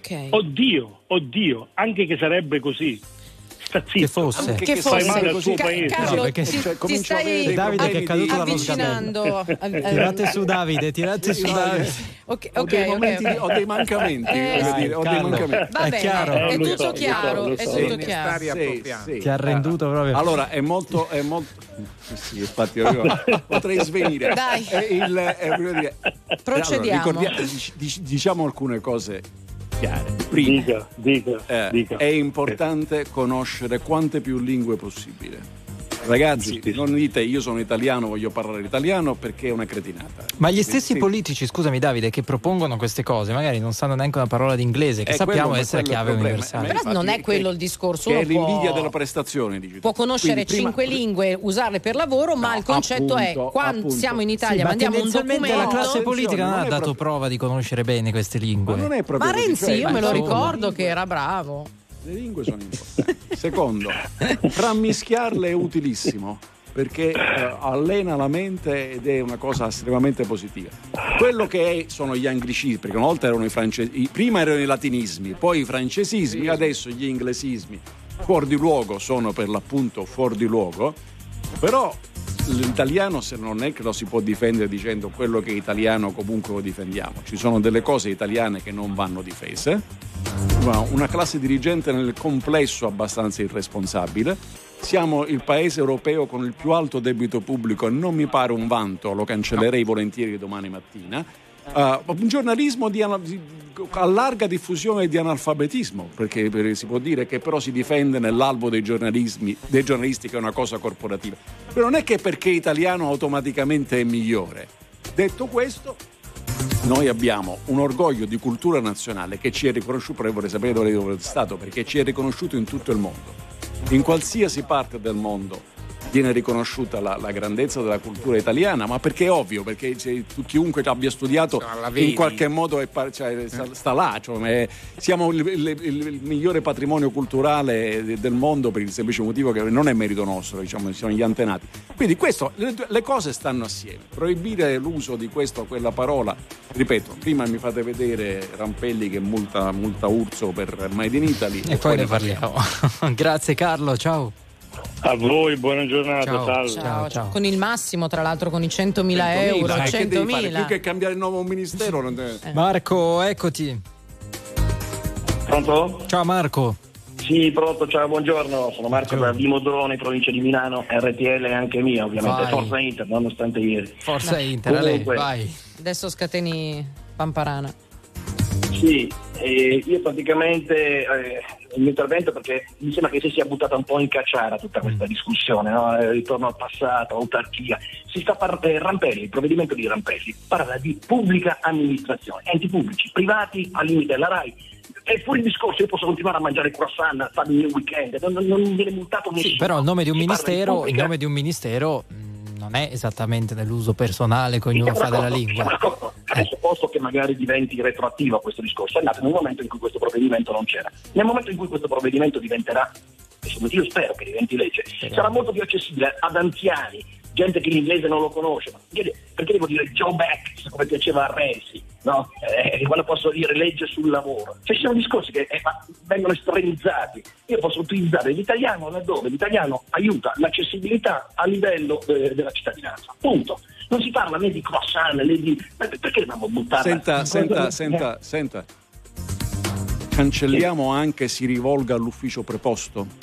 Oddio, anche che sarebbe così. Sta zitto. Che fosse. Che fai male al tuo paese. Carlo, ti stai Davide che è caduto avvicinando. Tirate su Davide. Ho dei mancamenti. Va bene, chiaro. è tutto chiaro. Ti ha renduto proprio. Allora è molto sì, infatti potrei svenire. Dai. Procediamo. Diciamo alcune cose chiare. Prima, dica. È importante conoscere quante più lingue possibile. Ragazzi, non dite io sono italiano, voglio parlare italiano, perché è una cretinata. Ma gli stessi politici, scusami Davide, che propongono queste cose, magari non sanno neanche una parola d'inglese, che sappiamo essere chiave universale. Però non è quello il discorso. Che è l'invidia della prestazione, dici tu. Può conoscere 5 lingue, usarle per lavoro, ma il concetto è quando siamo in Italia, mandiamo un documento. La classe politica non ha dato prova di conoscere bene queste lingue. Ma Renzi, io me lo ricordo che era bravo. Le lingue sono importanti. Secondo, frammischiarle è utilissimo perché allena la mente ed è una cosa estremamente positiva. Quello che sono gli anglicismi, perché una volta erano i francesi, prima erano i latinismi, poi i francesismi, adesso gli inglesismi fuori di luogo sono per l'appunto fuori di luogo, però l'italiano se non è che lo si può difendere dicendo quello che è italiano comunque lo difendiamo. Ci sono delle cose italiane che non vanno difese. Una classe dirigente nel complesso abbastanza irresponsabile. Siamo il paese europeo con il più alto debito pubblico e non mi pare un vanto, lo cancellerei volentieri domani mattina. Un giornalismo a larga diffusione di analfabetismo, perché si può dire che però si difende nell'albo dei giornalisti che è una cosa corporativa. Però non è che perché italiano automaticamente è migliore. Detto questo, noi abbiamo un orgoglio di cultura nazionale che ci è riconosciuto, però vorrei sapere dove è stato, perché ci è riconosciuto in tutto il mondo. In qualsiasi parte del mondo viene riconosciuta la grandezza della cultura italiana, ma perché è ovvio, perché chiunque abbia studiato in qualche modo sta là, cioè, siamo il migliore patrimonio culturale del mondo per il semplice motivo che non è merito nostro, diciamo, siamo gli antenati. Quindi questo, le cose stanno assieme. Proibire l'uso di questa o quella parola, ripeto, prima mi fate vedere Rampelli che multa Urso per Made in Italy e poi ne parliamo. Grazie Carlo, ciao. A voi, buona giornata. Ciao. Con il massimo, tra l'altro, con i 100.000 euro. 100.000. Più che cambiare il nuovo ministero. Non deve... Marco, eccoti. Pronto? Ciao Marco. Sì, pronto, ciao, buongiorno. Sono Marco da Dimodrone, provincia di Milano. RTL è anche mia, ovviamente. Vai. Forza Inter, nonostante ieri. Forza Inter, comunque, vai. Adesso scateni Pamparana. Sì, io praticamente il mio intervento, perché mi sembra che si sia buttata un po' in cacciara tutta questa discussione, no? Ritorno al passato, autarchia. Si sta Rampelli, il provvedimento di Rampelli parla di pubblica amministrazione, enti pubblici, privati, al limite della RAI. È fuori discorso, io posso continuare a mangiare croissant, a fare il mio weekend, non viene multato nessuno. Sì, però il nome di un ministero non è esattamente nell'uso personale che ognuno fa della lingua. Adesso posso che magari diventi retroattivo a questo discorso, è nato nel momento in cui questo provvedimento non c'era. Nel momento in cui questo provvedimento diventerà, io spero che diventi legge, sarà molto più accessibile ad anziani, gente che l'inglese non lo conosce. Perché devo dire Joe Beck, come piaceva a Renzi, no? Quando posso dire legge sul lavoro. Cioè ci sono discorsi che vengono estremizzati. Io posso utilizzare l'italiano laddove l'italiano aiuta l'accessibilità a livello della cittadinanza. Punto. Non si parla né di croissant né di... Perché dobbiamo buttarla? Senta. Cancelliamo anche si rivolga all'ufficio preposto.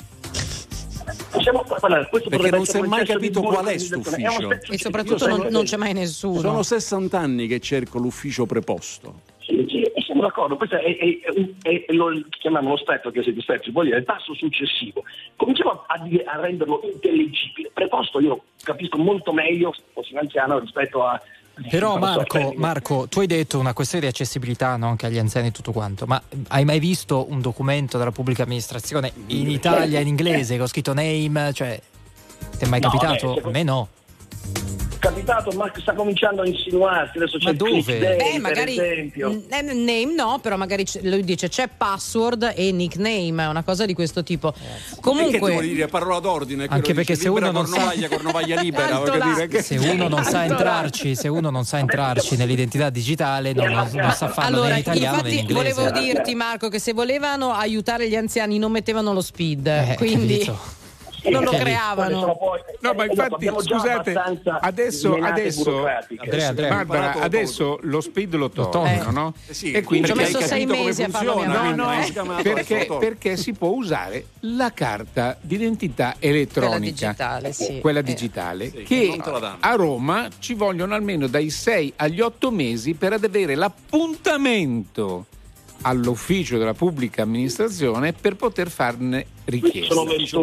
Perché non si è mai capito qual è questo ufficio e soprattutto non c'è mai nessuno. Sono 60 anni che cerco l'ufficio preposto. Sì, siamo d'accordo. Questo lo chiamiamo lo spettro, che siete stretto, vuol dire il passo successivo. Cominciamo a renderlo intelligibile. Preposto io capisco molto meglio, fossi anziano, rispetto a... Però Marco, tu hai detto una questione di accessibilità, no? Anche agli anziani e tutto quanto, ma hai mai visto un documento della pubblica amministrazione in Italia in inglese con scritto name? Cioè, ti è mai capitato? A me no. Capitato, ma sta cominciando a insinuarsi. Adesso c'è ma dove? Day, magari per esempio. Name no, però magari lui dice c'è password e nickname, una cosa di questo tipo. Comunque devo dire parola d'ordine, anche perché se uno non Cornovaglia libera, dire che... se uno non sa entrarci nell'identità digitale non sa farlo né in italiano né in inglese. Volevo dirti Marco che se volevano aiutare gli anziani non mettevano lo speed, quindi non lo creavano. No, ma infatti scusate, adesso Barbara, adesso lo speed lo tolgono, no? Sì, e quindi ci ho messo 6 mesi a farlo perché si può usare la carta d'identità elettronica, quella digitale, che a Roma ci vogliono almeno dai 6 agli 8 mesi per avere l'appuntamento all'ufficio della pubblica amministrazione per poter farne richiesta. L'ufficio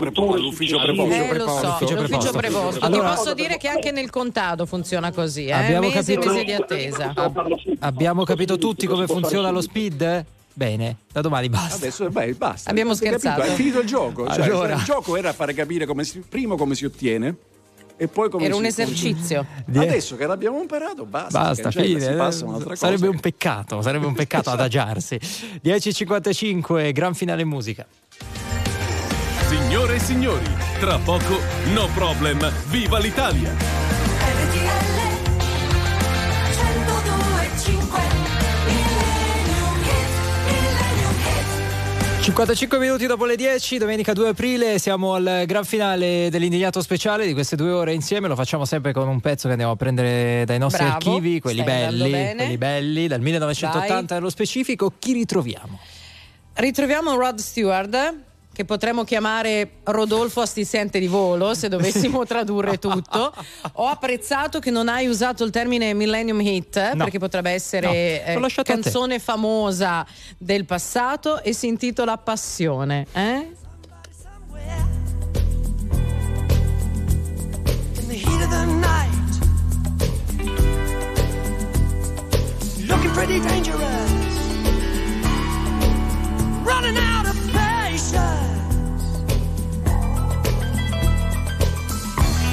preposto. Allora, ti posso dire che anche nel contado funziona così, mesi di attesa. Abbiamo capito tutti come funziona lo speed? Bene, da domani basta. Adesso basta. Abbiamo scherzato. È finito il gioco. Allora. Il gioco era fare capire come si ottiene. E poi come era un esercizio. Adesso che l'abbiamo imparato, basta fine. Si passa un'altra cosa. Sarebbe un peccato adagiarsi. 10:55, gran finale musica. Signore e signori, tra poco No Problem, viva l'Italia! 55 minuti dopo le 10, domenica 2 aprile, siamo al gran finale dell'Indignato Speciale di queste 2 ore insieme. Lo facciamo sempre con un pezzo che andiamo a prendere dai nostri archivi, quelli belli, dal 1980 nello specifico. Chi ritroviamo? Ritroviamo Rod Stewart, che potremmo chiamare Rodolfo assistente di volo se dovessimo tradurre tutto. Ho apprezzato che non hai usato il termine Millennium Hit, perché potrebbe essere canzone famosa del passato, e si intitola Passione. In the heat of the night, looking pretty dangerous, running out of patience.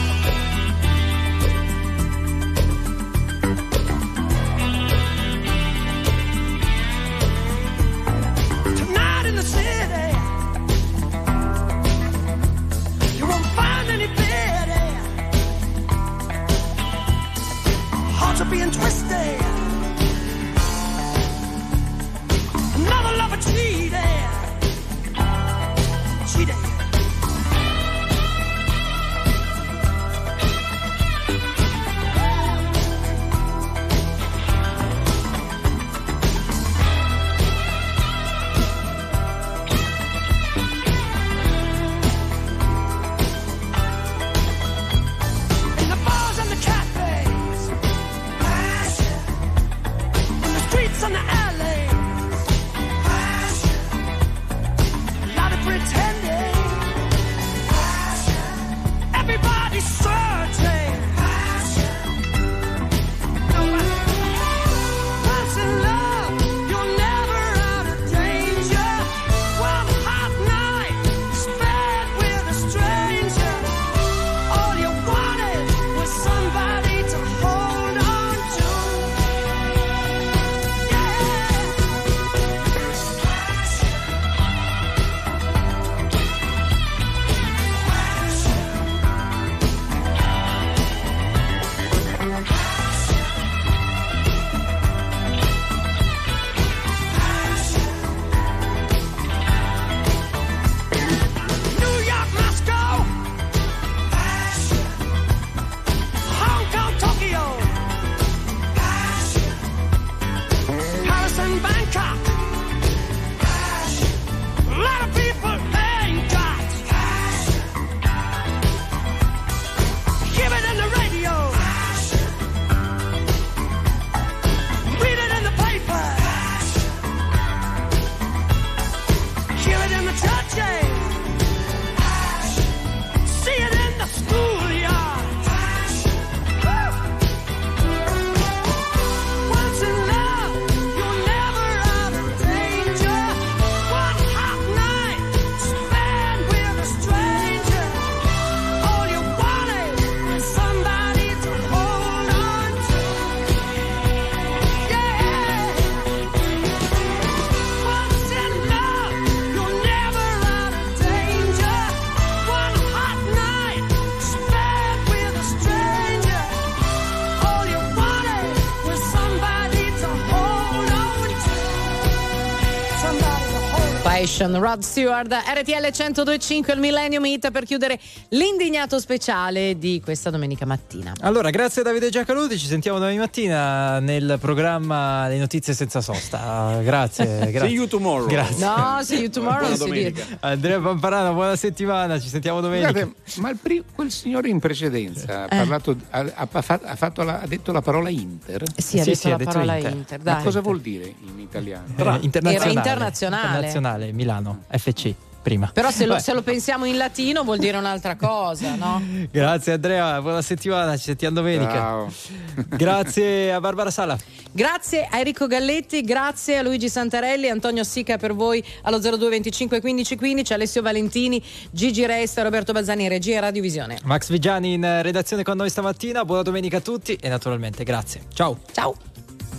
Salvation, Rod Stewart, RTL 102.5, il Millennium Hit per chiudere l'indignato speciale di questa domenica mattina. Allora, grazie a Davide Giacaluti, ci sentiamo domani mattina nel programma Le Notizie Senza Sosta. Grazie. See you tomorrow. Grazie. No, see you tomorrow. Andrea Pamparano, buona settimana, ci sentiamo domenica. Guardate, ma quel signore in precedenza ha parlato, ha detto la parola Inter. Sì, ha detto la parola Inter. Ma cosa vuol dire in italiano? Era internazionale. Milano, FC. Prima. Però se lo pensiamo in latino vuol dire un'altra cosa, no? Grazie Andrea, buona settimana, ci sentiamo domenica. Ciao. Grazie a Barbara Sala. Grazie a Enrico Galletti, grazie a Luigi Santarelli, Antonio Sica per voi allo 02 25 15 15, Alessio Valentini, Gigi Resta, Roberto Bazzani in regia e Radiovisione. Max Vigiani in redazione con noi stamattina, buona domenica a tutti e naturalmente grazie. Ciao. Ciao.